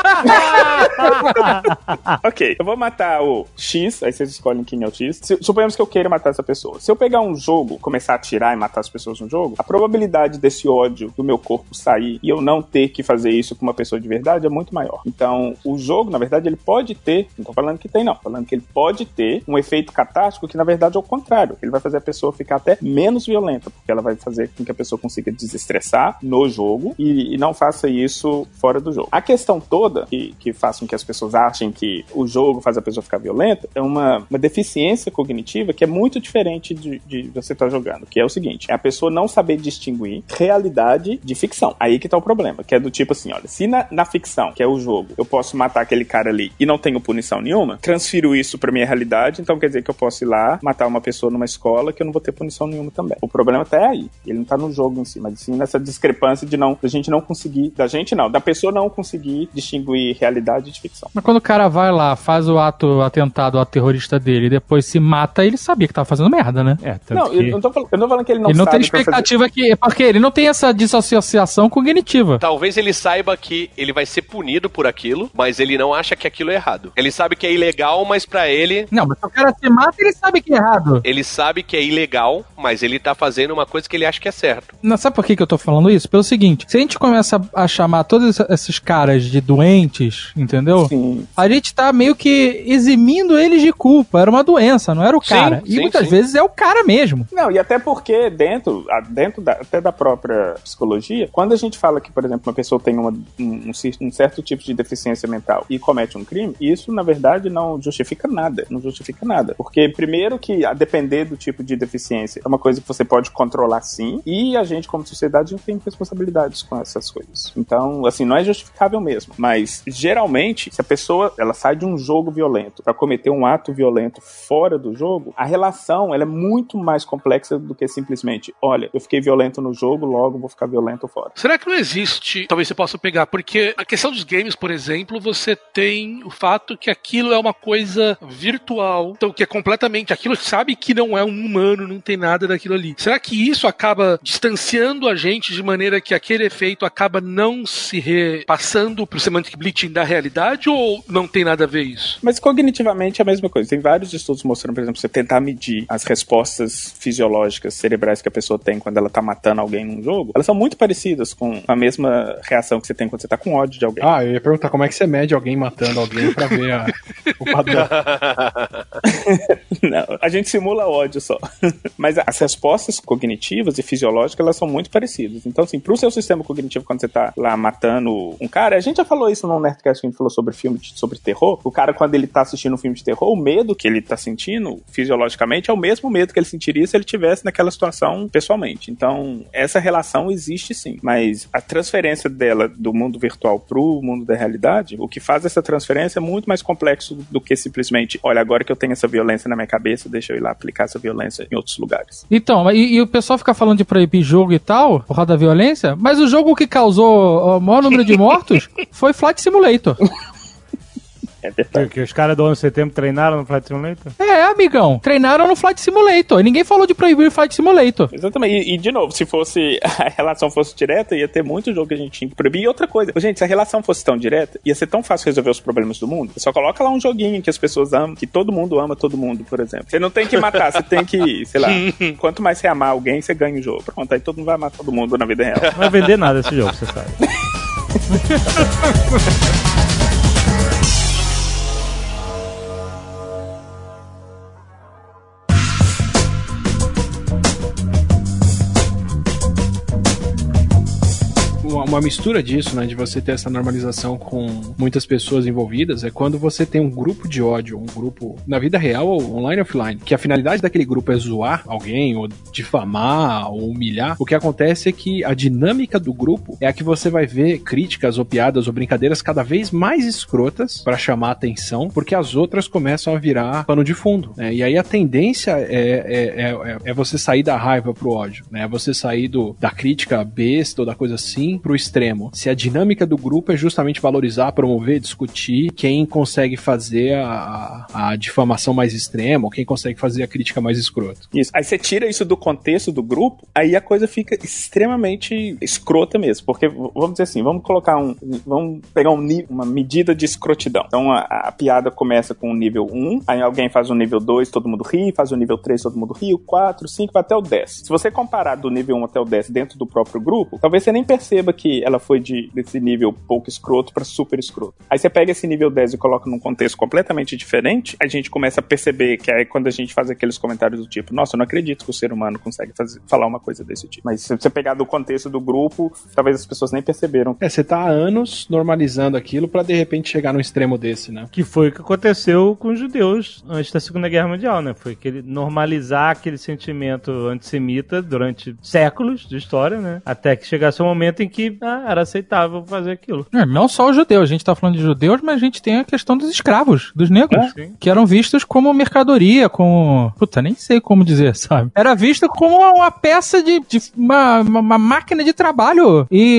Ok, eu vou matar o X, aí vocês escolhem quem é o X. Se, suponhamos que eu queira matar essa pessoa. Se eu pegar um jogo, começar a atirar e matar as pessoas no jogo, a probabilidade desse ódio do meu corpo sair e eu não ter que fazer isso com uma pessoa de verdade é muito maior. Então, o jogo, na verdade, ele pode ter, não tô falando que tem não, tô falando que ele pode ter um efeito catártico que, na verdade, é o contrário. Ele vai fazer a pessoa ficar até menos violenta, porque ela vai fazer com que a pessoa consiga desestressar no jogo e, e não faça isso fora do jogo. A questão toda que, que faz com que as pessoas achem que o jogo faz a pessoa ficar violenta é uma, uma deficiência cognitiva que é muito diferente de, de você estar jogando, que é o seguinte, é a pessoa não saber distinguir realidade de ficção. Aí que tá o problema, que é do tipo assim, olha, se na, na ficção, que é o jogo, eu posso matar aquele cara ali e não tenho punição nenhuma, transfiro isso pra minha realidade, então quer dizer que eu posso ir lá matar uma pessoa numa escola que eu não vou ter punição nenhuma também. O problema tá aí, ele não tá no jogo em si, mas sim nessa discrepância de não, da gente não conseguir, da gente não, da pessoa não conseguir distinguir realidade de ficção. Mas quando o cara vai lá, faz o ato atentado, o ato terrorista dele, e depois se mata, ele sabia que tava fazendo merda, né? É, tanto Não, que... eu não tô falando, eu não tô falando que ele não ele não sabe tem expectativa fazer... que... Porque ele não tem essa dissociação cognitiva. Talvez ele saiba que ele vai ser punido por aquilo, mas ele não acha que aquilo é errado. Ele sabe que é ilegal, mas pra ele... Não, mas se o cara cara se mata, ele sabe que é errado. Ele sabe que é ilegal, mas ele tá fazendo uma coisa que ele acha que é certo. Não, sabe por que, que eu tô falando isso? Pelo seguinte, se a gente começa a chamar todos esses caras de doentes, entendeu? Sim. A gente tá meio que eximindo eles de culpa. Era uma doença, não era o cara. Sim, e sim, muitas sim. vezes é o cara mesmo. Não, e até porque dentro, dentro da, até da própria psicologia, quando a gente fala que, por exemplo, uma pessoa tem uma, um, um certo tipo de deficiência mental e comete um crime, isso, na verdade, não justifica nada. Não justifica nada. Porque, primeiro que, a depender do tipo de deficiência, é uma coisa que você pode controlar sim, e a gente, como sociedade, não tem responsabilidades com essas coisas. Então, assim, não é justificável mesmo. Mas, geralmente, se a pessoa, ela sai de um jogo violento pra cometer um ato violento fora do jogo, a relação, ela é muito mais complexa do que simplesmente, olha, eu fiquei violento no jogo, logo vou ficar violento fora. Será que não existe, talvez você possa pegar, porque a questão dos games, por exemplo, você tem o fato que aquilo é uma coisa virtual, então que é completamente, aquilo sabe que não é um humano, não tem nada daquilo ali. Será que isso acaba distanciando a gente de maneira que aquele efeito acaba não se repassando pro semantic bleaching da realidade, ou não tem nada a ver isso? Mas cognitivamente é a mesma coisa. Tem vários estudos mostrando, por exemplo, você tentar medir as respostas fisiológicas cerebrais que a pessoa tem quando ela tá matando alguém num jogo, elas são muito parecidas com a mesma reação que você tem quando você tá com ódio de alguém. Ah, eu ia perguntar como é que você mede alguém matando alguém pra ver a, o padrão. Não, a gente simula ódio só. Mas as respostas cognitivas e fisiológicas, elas são muito parecidas. Então, assim, pro seu sistema cognitivo, quando você tá lá matando um cara, a gente já falou isso no Nerdcast que a gente falou sobre filme, de, sobre terror, o cara, quando ele tá assistindo um filme de terror, o medo que ele tá sentindo, fisiologicamente, é o mesmo medo que ele sentiria se ele tivesse naquela situação pessoalmente. Então, essa relação existe sim, mas a transferência dela do mundo virtual pro mundo da realidade, o que faz essa transferência é muito mais complexo do que simplesmente, olha, agora que eu tenho essa violência na minha cabeça, deixa eu ir lá aplicar essa violência em outros lugares. Então, e, e o pessoal fica falando de proibir jogo e tal, por causa da violência, mas o jogo que causou o maior número de mortos foi Flight Simulator. É verdade. Que os caras do onze de setembro treinaram no Flight Simulator? É, amigão. Treinaram no Flight Simulator. E ninguém falou de proibir o Flight Simulator. Exatamente. E, e, de novo, se fosse a relação fosse direta, ia ter muito jogo que a gente tinha que proibir. E outra coisa, gente, se a relação fosse tão direta, ia ser tão fácil resolver os problemas do mundo. Você só coloca lá um joguinho que as pessoas amam, que todo mundo ama todo mundo, por exemplo. Você não tem que matar, você tem que, sei lá, quanto mais você amar alguém, você ganha o jogo. Pronto, aí todo mundo vai amar todo mundo na vida real. Não vai vender nada esse jogo, você sabe. Uma mistura disso, né, de você ter essa normalização com muitas pessoas envolvidas, é quando você tem um grupo de ódio, um grupo na vida real ou online ou offline, que a finalidade daquele grupo é zoar alguém, ou difamar, ou humilhar. O que acontece é que a dinâmica do grupo é a que você vai ver críticas ou piadas ou brincadeiras cada vez mais escrotas pra chamar atenção, porque as outras começam a virar pano de fundo, né? E aí a tendência é, é, é, é você sair da raiva pro ódio, né? É você sair do, da crítica besta ou da coisa assim pro extremo. Se a dinâmica do grupo é justamente valorizar, promover, discutir quem consegue fazer a, a, a difamação mais extrema, ou quem consegue fazer a crítica mais escrota. Isso. Aí você tira isso do contexto do grupo, aí a coisa fica extremamente escrota mesmo. Porque, vamos dizer assim, vamos colocar um... Vamos pegar um, uma medida de escrotidão. Então, a, a piada começa com o nível um, aí alguém faz o nível dois, todo mundo ri, faz o nível três, todo mundo ri, o quatro, cinco, vai até o dez. Se você comparar do nível um até o dez dentro do próprio grupo, talvez você nem perceba que ela foi de, desse nível pouco escroto pra super escroto. Aí você pega esse nível dez e coloca num contexto completamente diferente, a gente começa a perceber que aí quando a gente faz aqueles comentários do tipo, nossa, eu não acredito que o ser humano consegue fazer, falar uma coisa desse tipo. Mas se você pegar do contexto do grupo, talvez as pessoas nem perceberam. É, você tá há anos normalizando aquilo pra de repente chegar num extremo desse, né? Que foi o que aconteceu com os judeus antes da Segunda Guerra Mundial, né? Foi aquele normalizar aquele sentimento antissemita durante séculos de história, né? Até que chegasse um momento em que ah, era aceitável fazer aquilo. É, não só os judeus, a gente tá falando de judeus, mas a gente tem a questão dos escravos, dos negros, é, que eram vistos como mercadoria, como... Puta, nem sei como dizer, sabe? Era visto como uma peça de... de uma, uma máquina de trabalho e de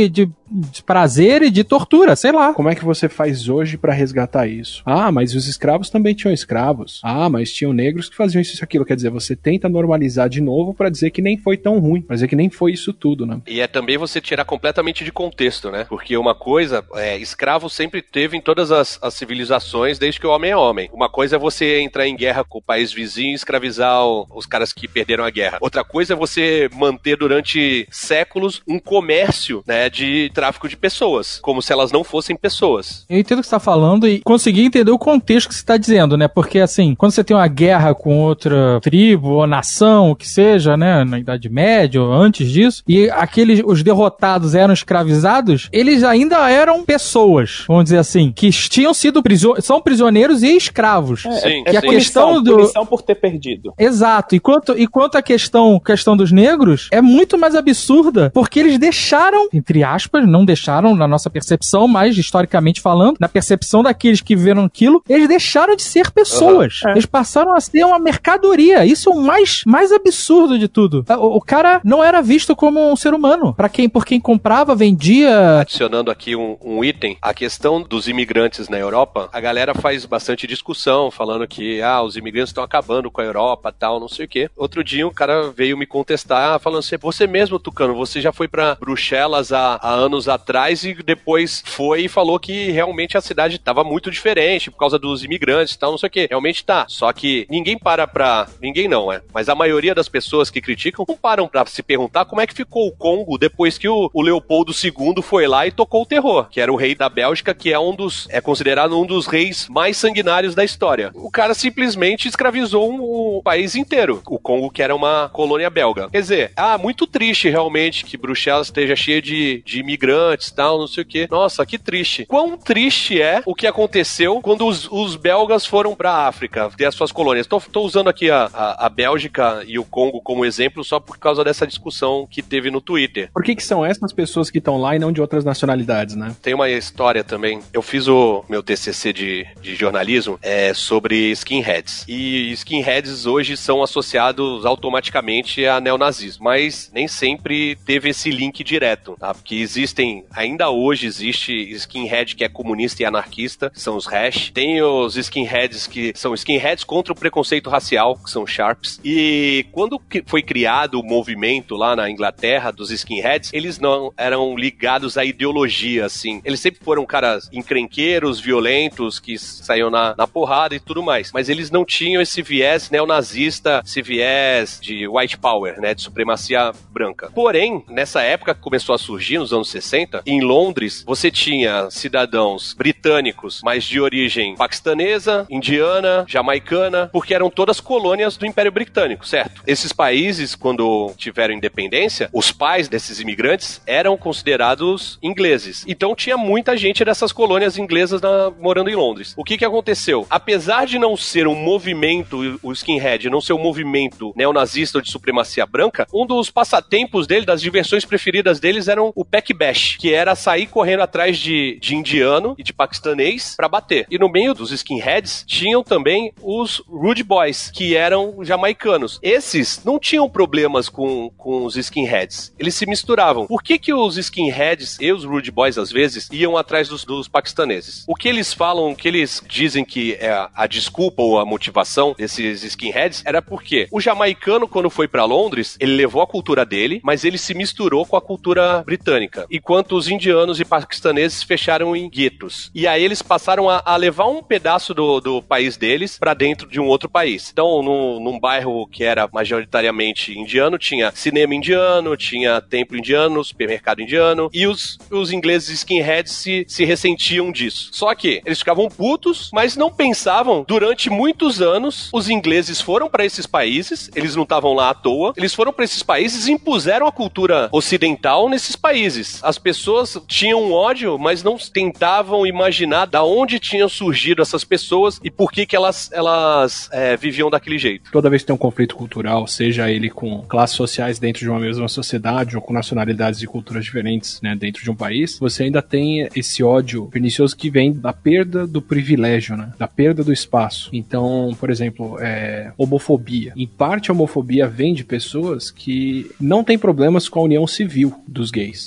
de prazer e de tortura, sei lá. Como é que você faz hoje pra resgatar isso? Ah, mas os escravos também tinham escravos. Ah, mas tinham negros que faziam isso e aquilo. Quer dizer, você tenta normalizar de novo pra dizer que nem foi tão ruim, pra dizer que nem foi isso tudo, né? E é também você tirar completamente de contexto, né? Porque uma coisa, é, escravo sempre teve em todas as, as civilizações desde que o homem é homem. Uma coisa é você entrar em guerra com o país vizinho e escravizar o, os caras que perderam a guerra. Outra coisa é você manter durante séculos um comércio, né, de tráfico de pessoas, como se elas não fossem pessoas. Eu entendo o que você tá falando e consegui entender o contexto que você tá dizendo, né? Porque, assim, quando você tem uma guerra com outra tribo ou nação, o que seja, né, na Idade Média ou antes disso, e aqueles, os derrotados eram escravizados, eles ainda eram pessoas, vamos dizer assim, que tinham sido prisioneiros, são prisioneiros e escravos. É, Sim, é que a sim. questão punição, do... punição por ter perdido. Exato. E quanto, e quanto à questão, questão dos negros, é muito mais absurda, porque eles deixaram, entre aspas, não deixaram na nossa percepção, mas historicamente falando, na percepção daqueles que viram aquilo, eles deixaram de ser pessoas. Uhum. É. Eles passaram a ser uma mercadoria. Isso é o mais, mais absurdo de tudo. O, o cara não era visto como um ser humano. Pra quem, por quem comprava, vendia... Adicionando aqui um, um item, a questão dos imigrantes na Europa, a galera faz bastante discussão, falando que, ah, os imigrantes estão acabando com a Europa, tal, não sei o quê. Outro dia um cara veio me contestar, falando assim, você mesmo, Tucano, você já foi pra Bruxelas há, há anos atrás e depois foi e falou que realmente a cidade estava muito diferente por causa dos imigrantes e tal, não sei o quê. Realmente tá. Só que ninguém para pra... Ninguém não, é. Mas a maioria das pessoas que criticam não param pra se perguntar como é que ficou o Congo depois que o, o Leopoldo segundo foi lá e tocou o terror, que era o rei da Bélgica, que é um dos... é considerado um dos reis mais sanguinários da história. O cara simplesmente escravizou um, um país inteiro. O Congo, que era uma colônia belga. Quer dizer, ah, muito triste realmente que Bruxelas esteja cheia de, de imigrantes e tal, não sei o quê. Nossa, que triste. Quão triste é o que aconteceu quando os, os belgas foram pra África ter as suas colônias. Tô, tô usando aqui a, a, a Bélgica e o Congo como exemplo só por causa dessa discussão que teve no Twitter. Por que que são essas pessoas que estão lá e não de outras nacionalidades, né? Tem uma história também. Eu fiz o meu T C C de, de jornalismo é, sobre skinheads. E skinheads hoje são associados automaticamente a neonazismo. Mas nem sempre teve esse link direto, tá? Porque existem, ainda hoje existe skinhead que é comunista e anarquista, que são os hash. Tem os skinheads que são skinheads contra o preconceito racial, que são sharps. E quando foi criado o movimento lá na Inglaterra dos skinheads, eles não eram ligados à ideologia, assim. Eles sempre foram caras encrenqueiros, violentos, que saíam na, na porrada e tudo mais. Mas eles não tinham esse viés neonazista, esse viés de white power, né, de supremacia branca. Porém, nessa época que começou a surgir, nos anos sessenta, em Londres, você tinha cidadãos britânicos, mas de origem paquistanesa, indiana, jamaicana, porque eram todas colônias do Império Britânico, certo? Esses países, quando tiveram independência, os pais desses imigrantes eram considerados ingleses. Então tinha muita gente dessas colônias inglesas na, morando em Londres. O que que aconteceu? Apesar de não ser um movimento, o skinhead, não ser um movimento neonazista ou de supremacia branca, um dos passatempos dele, das diversões preferidas deles, eram o pack bash, que era sair correndo atrás de, de indiano e de paquistanês pra bater. E no meio dos skinheads tinham também os rude boys, que eram jamaicanos. Esses não tinham problemas com, com os skinheads. Eles se misturavam. Por que que os skinheads e os rude boys, às vezes, iam atrás dos, dos paquistaneses? O que eles falam, o que eles dizem que é a, a desculpa ou a motivação desses skinheads era porque o jamaicano, quando foi pra Londres, ele levou a cultura dele, mas ele se misturou com a cultura britânica. Enquanto os indianos e paquistaneses fecharam em guetos. E aí eles passaram a, a levar um pedaço do, do país deles pra dentro de um outro país. Então, no, num bairro que era majoritariamente indiano, tinha cinema indiano, tinha templo indiano, supermercado indiano, e os, os ingleses skinheads se, se ressentiam disso. Só que eles ficavam putos, mas não pensavam, durante muitos anos, os ingleses foram pra esses países, eles não estavam lá à toa, eles foram pra esses países e impuseram a cultura ocidental nesses países. As pessoas tinham ódio, mas não tentavam imaginar da onde tinham surgido essas pessoas e por que que elas, elas é, viviam daquele jeito. Toda vez que tem um conflito cultural, seja ele com classes sociais dentro de uma mesma sociedade ou com nacionalidades e culturas diferentes, né, dentro de um país, você ainda tem esse ódio pernicioso que vem da perda do privilégio, né, da perda do espaço. Então, por exemplo, é, homofobia. Em parte, a homofobia vem de pessoas que não têm problemas com a união civil dos gays. Tem problemas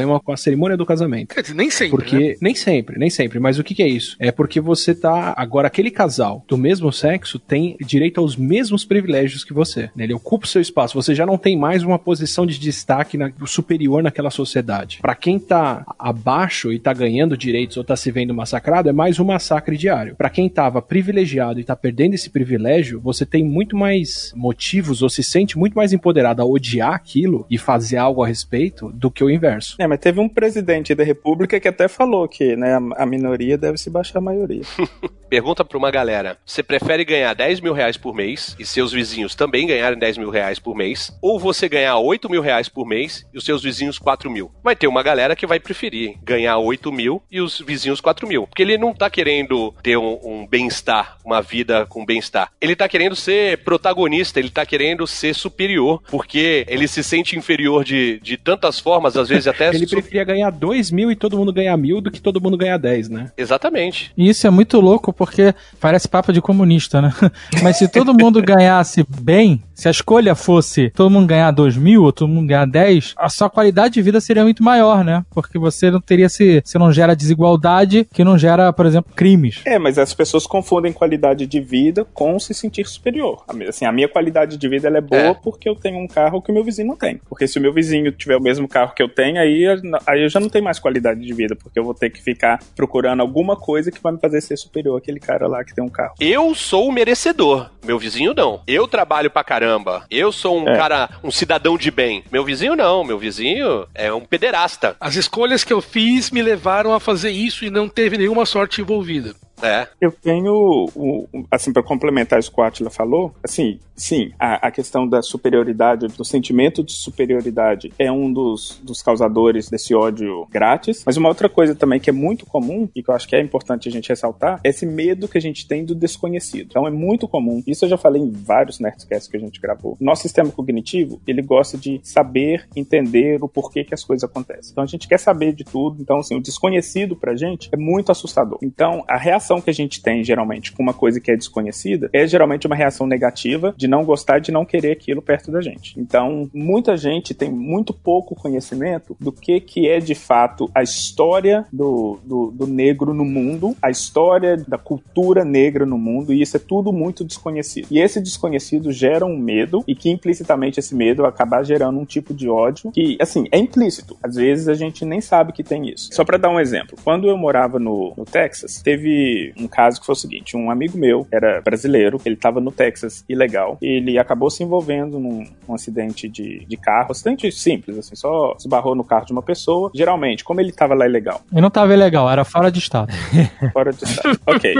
problema com a cerimônia do casamento. Quer dizer, nem sempre, Porque, né? nem sempre, nem sempre. Mas o que, que é isso? É porque você tá... Agora, aquele casal do mesmo sexo tem direito aos mesmos privilégios que você. Né? Ele ocupa o seu espaço. Você já não tem mais uma posição de destaque na, superior naquela sociedade. Pra quem tá abaixo e tá ganhando direitos ou tá se vendo massacrado, é mais um massacre diário. Pra quem tava privilegiado e tá perdendo esse privilégio, você tem muito mais motivos ou se sente muito mais empoderado a odiar aquilo e fazer algo a respeito do que o inverso. É, mas teve um presidente da república que até falou que, né, a, a minoria deve se baixar a maioria. Pergunta pra uma galera, você prefere ganhar dez mil reais por mês e seus vizinhos também ganharem dez mil reais por mês, ou você ganhar oito mil reais por mês e os seus vizinhos quatro mil? Vai ter uma galera que vai preferir ganhar oito mil e os vizinhos quatro mil, porque ele não tá querendo ter um, um bem-estar, uma vida com bem-estar. Ele tá querendo ser protagonista, ele tá querendo ser superior, porque ele se sente inferior de, de tantas formas, às vezes até... Ele preferia ganhar dois mil e todo mundo ganhar mil do que todo mundo ganhar dez, né? Exatamente. E isso é muito louco porque parece papo de comunista, né? Mas se todo mundo ganhasse bem, se a escolha fosse todo mundo ganhar dois mil ou todo mundo ganhar dez, a sua qualidade de vida seria muito maior, né? Porque você não teria se... Você não gera desigualdade, que não gera, por exemplo, crimes. É, mas as pessoas confundem qualidade de vida com se sentir superior. Assim, a minha qualidade de vida ela é boa é. porque eu tenho um carro que o meu vizinho não tem. Porque se o meu vizinho tiver o mesmo carro que eu tenho, aí, aí eu já não tenho mais qualidade de vida, porque eu vou ter que ficar procurando alguma coisa que vai me fazer ser superior àquele cara lá que tem um carro. Eu sou o merecedor, meu vizinho não. Eu trabalho pra caramba, eu sou um é. cara, um cidadão de bem. Meu vizinho não, meu vizinho é um pederasta. As escolhas que eu fiz me levaram a fazer isso e não teve nenhuma sorte envolvida. É. Eu tenho, assim, para complementar isso que o Átila falou, assim, sim, a, a questão da superioridade, do sentimento de superioridade é um dos, dos causadores desse ódio grátis, mas uma outra coisa também que é muito comum, e que eu acho que é importante a gente ressaltar, é esse medo que a gente tem do desconhecido. Então é muito comum, isso eu já falei em vários Nerdcasts que a gente gravou. Nosso sistema cognitivo, ele gosta de saber, entender o porquê que as coisas acontecem. Então a gente quer saber de tudo, então assim, o desconhecido pra gente é muito assustador. Então a reação que a gente tem, geralmente, com uma coisa que é desconhecida, é geralmente uma reação negativa de não gostar, de não querer aquilo perto da gente. Então, muita gente tem muito pouco conhecimento do que, que é, de fato, a história do, do, do negro no mundo, a história da cultura negra no mundo, e isso é tudo muito desconhecido. E esse desconhecido gera um medo, e que implicitamente esse medo vai acabar gerando um tipo de ódio que, assim, é implícito. Às vezes a gente nem sabe que tem isso. Só pra dar um exemplo, quando eu morava no, no Texas, teve um caso que foi o seguinte, um amigo meu era brasileiro, ele estava no Texas ilegal, ele acabou se envolvendo num, num acidente de, de carro, acidente simples, assim, só esbarrou no carro de uma pessoa, geralmente, como ele estava lá ilegal. Ele não estava ilegal, era fora de estado. Fora de estado, ok.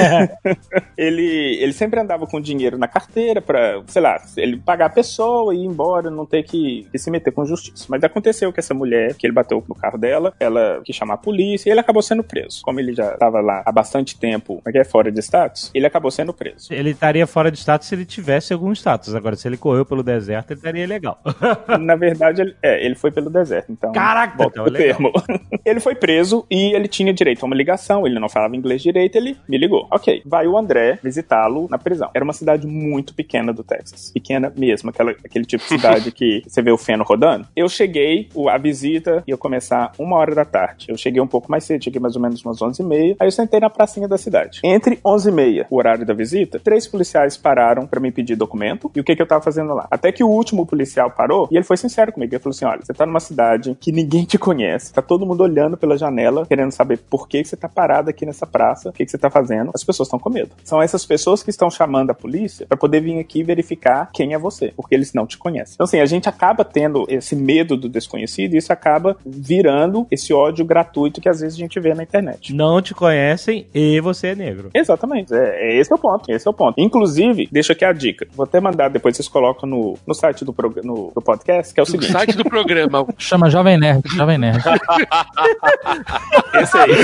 ele, ele sempre andava com dinheiro na carteira pra, sei lá, ele pagar a pessoa e ir embora, não ter que, que se meter com justiça. Mas aconteceu que essa mulher, que ele bateu no carro dela, ela quis chamar a polícia e ele acabou sendo preso. Como ele já estava lá há bastante tempo, é fora de status, ele acabou sendo preso. Ele estaria fora de status se ele tivesse algum status. Agora, se ele correu pelo deserto, ele estaria legal. Na verdade, ele, é, ele foi pelo deserto, então... Caraca! Volta pro termo. Ele foi preso e ele tinha direito a uma ligação, ele não falava inglês direito, ele me ligou. Ok, vai o André visitá-lo na prisão. Era uma cidade muito pequena do Texas. Pequena mesmo, aquela, aquele tipo de cidade que você vê o feno rodando. Eu cheguei, a visita ia começar uma hora da tarde. Eu cheguei um pouco mais cedo, cheguei mais ou menos umas onze e meia, aí eu sentei na pracinha da cidade. Entre onze e meia, o horário da visita, três policiais pararam pra me pedir documento. E o que que eu tava fazendo lá? Até que o último policial parou e ele foi sincero comigo. Ele falou assim, olha, você tá numa cidade que ninguém te conhece, tá todo mundo olhando pela janela, querendo saber por que que você tá parado aqui nessa praça, o que que você tá fazendo. As pessoas estão com medo. São essas pessoas que estão chamando a polícia pra poder vir aqui verificar quem é você, porque eles não te conhecem. Então assim, a gente acaba tendo esse medo do desconhecido e isso acaba virando esse ódio gratuito que às vezes a gente vê na internet. Não te conhecem e você é negro. Exatamente, é, é esse é o ponto, esse é o ponto. Inclusive, deixa aqui a dica, vou até mandar, depois vocês colocam no, no site do, prog- no, do podcast, que é o no seguinte. site do programa. Chama Jovem Nerd, Jovem Nerd. Esse aí.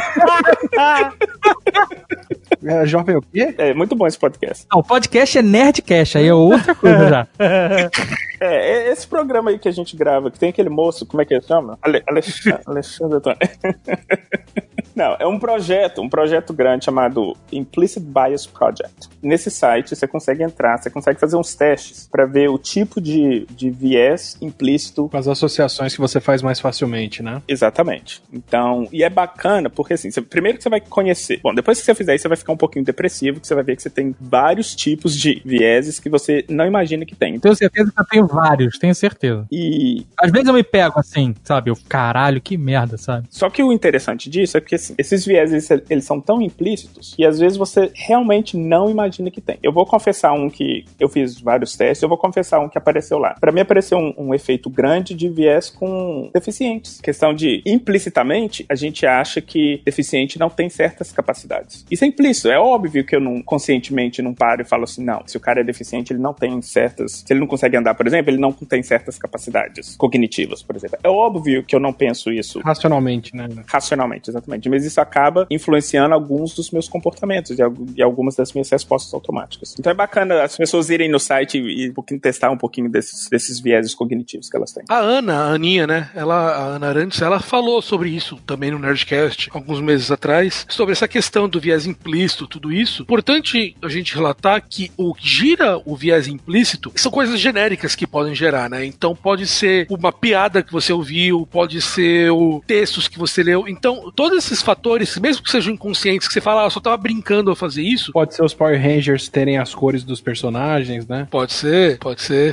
É, jovem o quê? É muito bom esse podcast. Não, o podcast é Nerdcast, aí é outra coisa já. É, é esse programa aí que a gente grava, que tem aquele moço, como é que ele chama? Ale- Alexandre, Alexandre Antônio. Não, é um projeto, um projeto grande chamado Implicit Bias Project. Nesse site você consegue entrar, você consegue fazer uns testes para ver o tipo de, de viés implícito. Com as associações que você faz mais facilmente, né? Exatamente. Então, e é bacana porque assim, você, primeiro que você vai conhecer. Bom, depois que você fizer isso, você vai ficar um pouquinho depressivo, que você vai ver que você tem vários tipos de vieses que você não imagina que tem. Tenho certeza que eu tenho vários, tenho certeza. E às vezes eu me pego assim, sabe? Eu, caralho, que merda, sabe? Só que o interessante disso é que assim, esses vieses, eles, eles são tão implícitos que às vezes você realmente não imagina que tem. Eu vou confessar um que eu fiz vários testes, eu vou confessar um que apareceu lá. Pra mim apareceu um, um efeito grande de viés com deficientes. Questão de, implicitamente, a gente acha que deficiente não tem certas capacidades. Isso é implícito. É óbvio que eu não, conscientemente, não paro e falo assim, não, se o cara é deficiente, ele não tem certas... Se ele não consegue andar, por exemplo, ele não tem certas capacidades cognitivas, por exemplo. É óbvio que eu não penso isso... Racionalmente, né? Racionalmente, exatamente. Mas isso acaba influenciando alguns dos meus comportamentos e algumas das minhas respostas automáticas. Então é bacana as pessoas irem no site e, e um pouquinho, testar um pouquinho desses, desses vieses cognitivos que elas têm. A Ana, a Aninha, né? Ela, a Ana Arantes, ela falou sobre isso também no Nerdcast, alguns meses atrás, sobre essa questão do viés implícito, tudo isso. Importante a gente relatar que o que gira o viés implícito são coisas genéricas que podem gerar, né? Então pode ser uma piada que você ouviu, pode ser o textos que você leu. Então, todos esses fatores, mesmo que sejam inconscientes, que você fala, ah, eu só tava brincando ao fazer isso. Pode ser os Power Rangers terem as cores dos personagens, né? Pode ser, pode ser.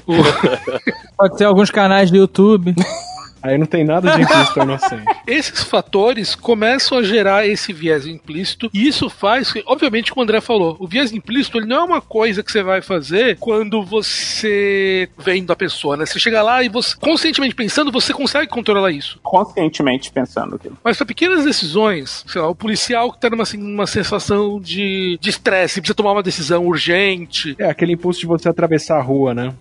Pode ser alguns canais do YouTube. Aí não tem nada de implícito inocente. Esses fatores começam a gerar esse viés implícito, e isso faz, obviamente, como o André falou, o viés implícito ele não é uma coisa que você vai fazer quando você vem da pessoa, né? Você chega lá e você, conscientemente pensando, você consegue controlar isso. Conscientemente pensando aquilo. Mas para pequenas decisões, sei lá, o policial que tá numa assim, uma sensação de de estresse, precisa tomar uma decisão urgente. É, aquele impulso de você atravessar a rua, né?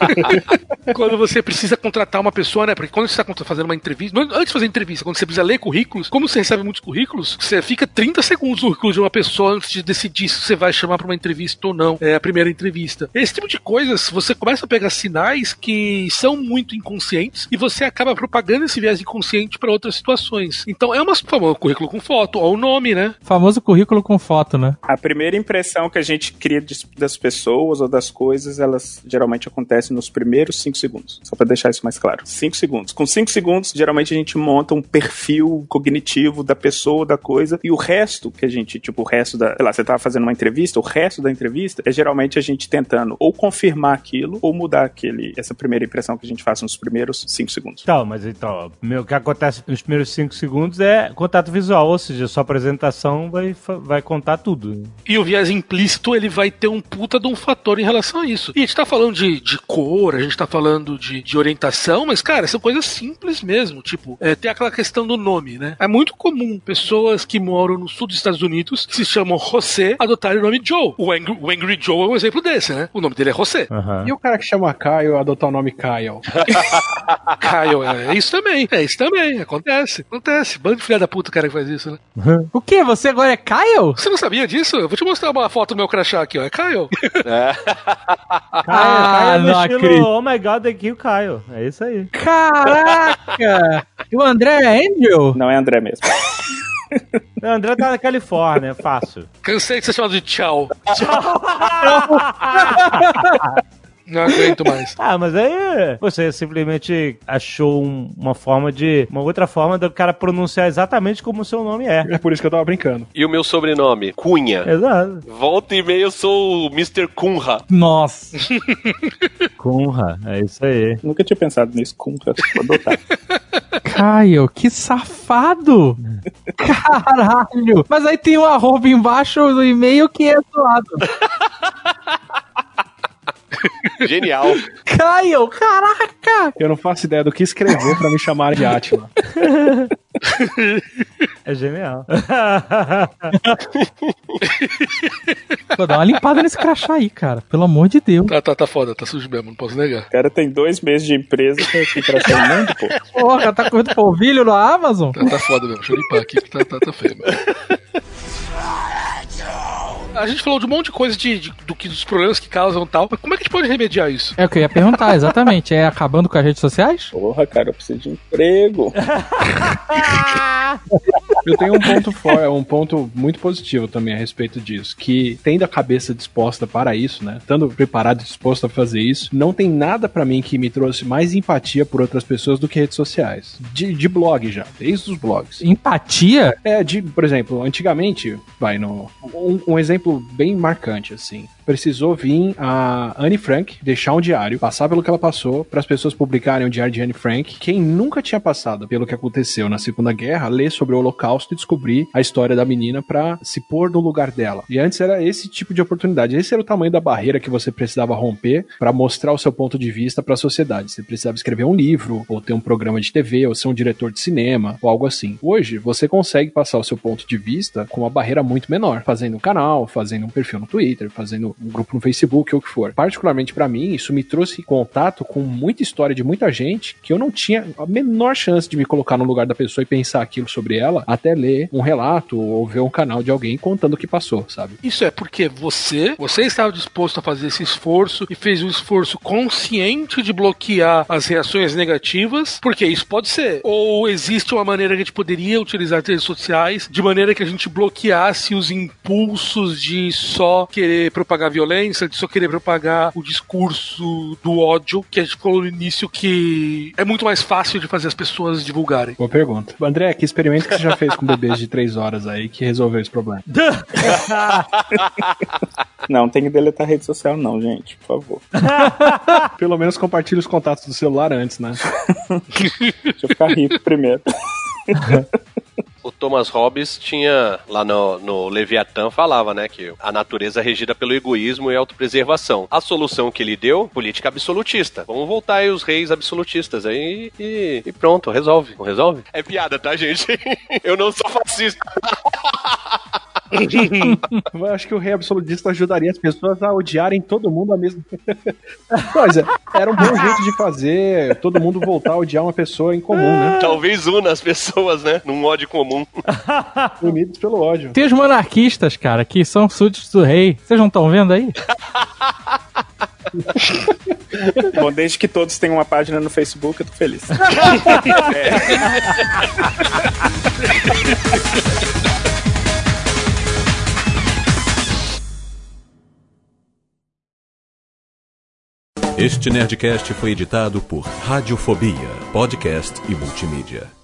Quando você precisa contratar uma pessoa, né? Porque quando você está fazendo uma entrevista, antes de fazer entrevista, quando você precisa ler currículos, como você recebe muitos currículos, você fica trinta segundos no currículo de uma pessoa antes de decidir se você vai chamar para uma entrevista ou não, é a primeira entrevista. Esse tipo de coisas, você começa a pegar sinais que são muito inconscientes e você acaba propagando esse viés inconsciente para outras situações. Então é uma famoso currículo com foto, ou o nome, né? Famoso currículo com foto, né? A primeira impressão que a gente cria de, das pessoas ou das coisas, elas geralmente acontecem nos primeiros cinco segundos. Só para deixar isso mais claro. cinco segundos. Com cinco segundos, geralmente a gente monta um perfil cognitivo da pessoa, da coisa, e o resto que a gente, tipo, o resto da, sei lá, você tava fazendo uma entrevista, o resto da entrevista é geralmente a gente tentando ou confirmar aquilo, ou mudar aquele, essa primeira impressão que a gente faz nos primeiros cinco segundos. Então, mas então, o que acontece nos primeiros cinco segundos é contato visual, ou seja, sua apresentação vai, vai contar tudo. E o viés implícito, ele vai ter um puta de um fator em relação a isso. E a gente tá falando de, de cor, a gente tá falando de, de orientação, mas, cara, são coisas simples mesmo, tipo, é, tem aquela questão do nome, né? É muito comum pessoas que moram no sul dos Estados Unidos, que se chamam José, adotarem o nome Joe. O Angry, o Angry Joe é um exemplo desse, né? O nome dele é José. Uhum. E o cara que chama Kyle adotar o nome Kyle? Kyle, é isso também. É isso também, acontece. Acontece. Bando de filha da puta o cara que faz isso, né? Uhum. O quê? Você agora é Kyle? Você não sabia disso? Eu vou te mostrar uma foto do meu crachá aqui, ó. É Kyle. É. Kyle, ah, Kyle não acredito. Oh my God, aqui o Kyle. É isso aí. Caraca! E o André é Angel? Não é André mesmo. O André tá na Califórnia, fácil. Cansei de ser chamado de tchau. Tchau. Não aguento mais. Ah, mas aí você simplesmente achou um, uma forma de... Uma outra forma do cara pronunciar exatamente como o seu nome é. É por isso que eu tava brincando. E o meu sobrenome? Cunha. Exato. Volta e meia eu sou o mister Cunha. Nossa. Cunha, é isso aí. Nunca tinha pensado nisso, Cunha. Vou adotar. Caio, que safado! Caralho! Mas aí tem um arroba embaixo do e-mail que é zoado. Genial. Caio, caraca! Eu não faço ideia do que escrever pra me chamar de Átila. É genial. Pô, dá uma limpada nesse crachá aí, cara. Pelo amor de Deus. Tá, tá, tá foda, tá sujo mesmo, não posso negar. O cara tem dois meses de empresa que crachá no mundo, pô. Porra, tá correndo polvilho na Amazon? Tá, tá foda mesmo, deixa eu limpar aqui que tá, tá, tá feio mesmo. A gente falou de um monte de coisa de, de, do que, dos problemas que causam e tal, mas como é que a gente pode remediar isso? É o que eu ia perguntar, exatamente. É acabando com as redes sociais? Porra, cara, eu preciso de emprego. Eu tenho um ponto for, um ponto muito positivo também a respeito disso, que tendo a cabeça disposta para isso, né, estando preparado e disposto a fazer isso, não tem nada pra mim que me trouxe mais empatia por outras pessoas do que redes sociais. De, de blog já, desde os blogs. Empatia? É, de, por exemplo, antigamente, vai no... Um, um exemplo bem marcante, assim. Precisou vir a Anne Frank deixar um diário, passar pelo que ela passou, para as pessoas publicarem o diário de Anne Frank. Quem nunca tinha passado pelo que aconteceu na Segunda Guerra, ler sobre o Holocausto e descobrir a história da menina para se pôr no lugar dela. E antes era esse tipo de oportunidade. Esse era o tamanho da barreira que você precisava romper para mostrar o seu ponto de vista para a sociedade. Você precisava escrever um livro, ou ter um programa de T V, ou ser um diretor de cinema, ou algo assim. Hoje, você consegue passar o seu ponto de vista com uma barreira muito menor, fazendo um canal, fazendo um perfil no Twitter, fazendo um grupo no Facebook, ou o que for. Particularmente pra mim, isso me trouxe contato com muita história de muita gente que eu não tinha a menor chance de me colocar no lugar da pessoa e pensar aquilo sobre ela, até ler um relato ou ver um canal de alguém contando o que passou, sabe? Isso é porque você, você estava disposto a fazer esse esforço e fez um esforço consciente de bloquear as reações negativas, porque isso pode ser. Ou existe uma maneira que a gente poderia utilizar as redes sociais de maneira que a gente bloqueasse os impulsos de só querer propagar violência, de só querer propagar o discurso do ódio, que a gente falou no início, que é muito mais fácil de fazer as pessoas divulgarem. Boa pergunta. André, que experimento que você já fez com bebês de três horas aí que resolveu esse problema? Não, tem que deletar a rede social não, gente, por favor. Pelo menos compartilhe os contatos do celular antes, né? Deixa eu ficar rico primeiro. O Thomas Hobbes tinha, lá no, no Leviatã, falava, né, que a natureza é regida pelo egoísmo e autopreservação. A solução que ele deu, política absolutista. Vamos voltar aí os reis absolutistas aí e, e pronto, resolve. Não resolve? É piada, tá, gente? Eu não sou fascista. Eu acho que o rei absolutista ajudaria as pessoas a odiarem todo mundo ao mesmo tempo. Pois é, era um bom jeito de fazer todo mundo voltar a odiar uma pessoa em comum, né? Talvez una as pessoas, né? Num ódio comum. Unidos pelo ódio. Tem os monarquistas, cara, que são súditos do rei. Vocês não estão vendo aí? Bom, desde que todos tenham uma página no Facebook, eu tô feliz. É. Este Nerdcast foi editado por Radiofobia, podcast e multimídia.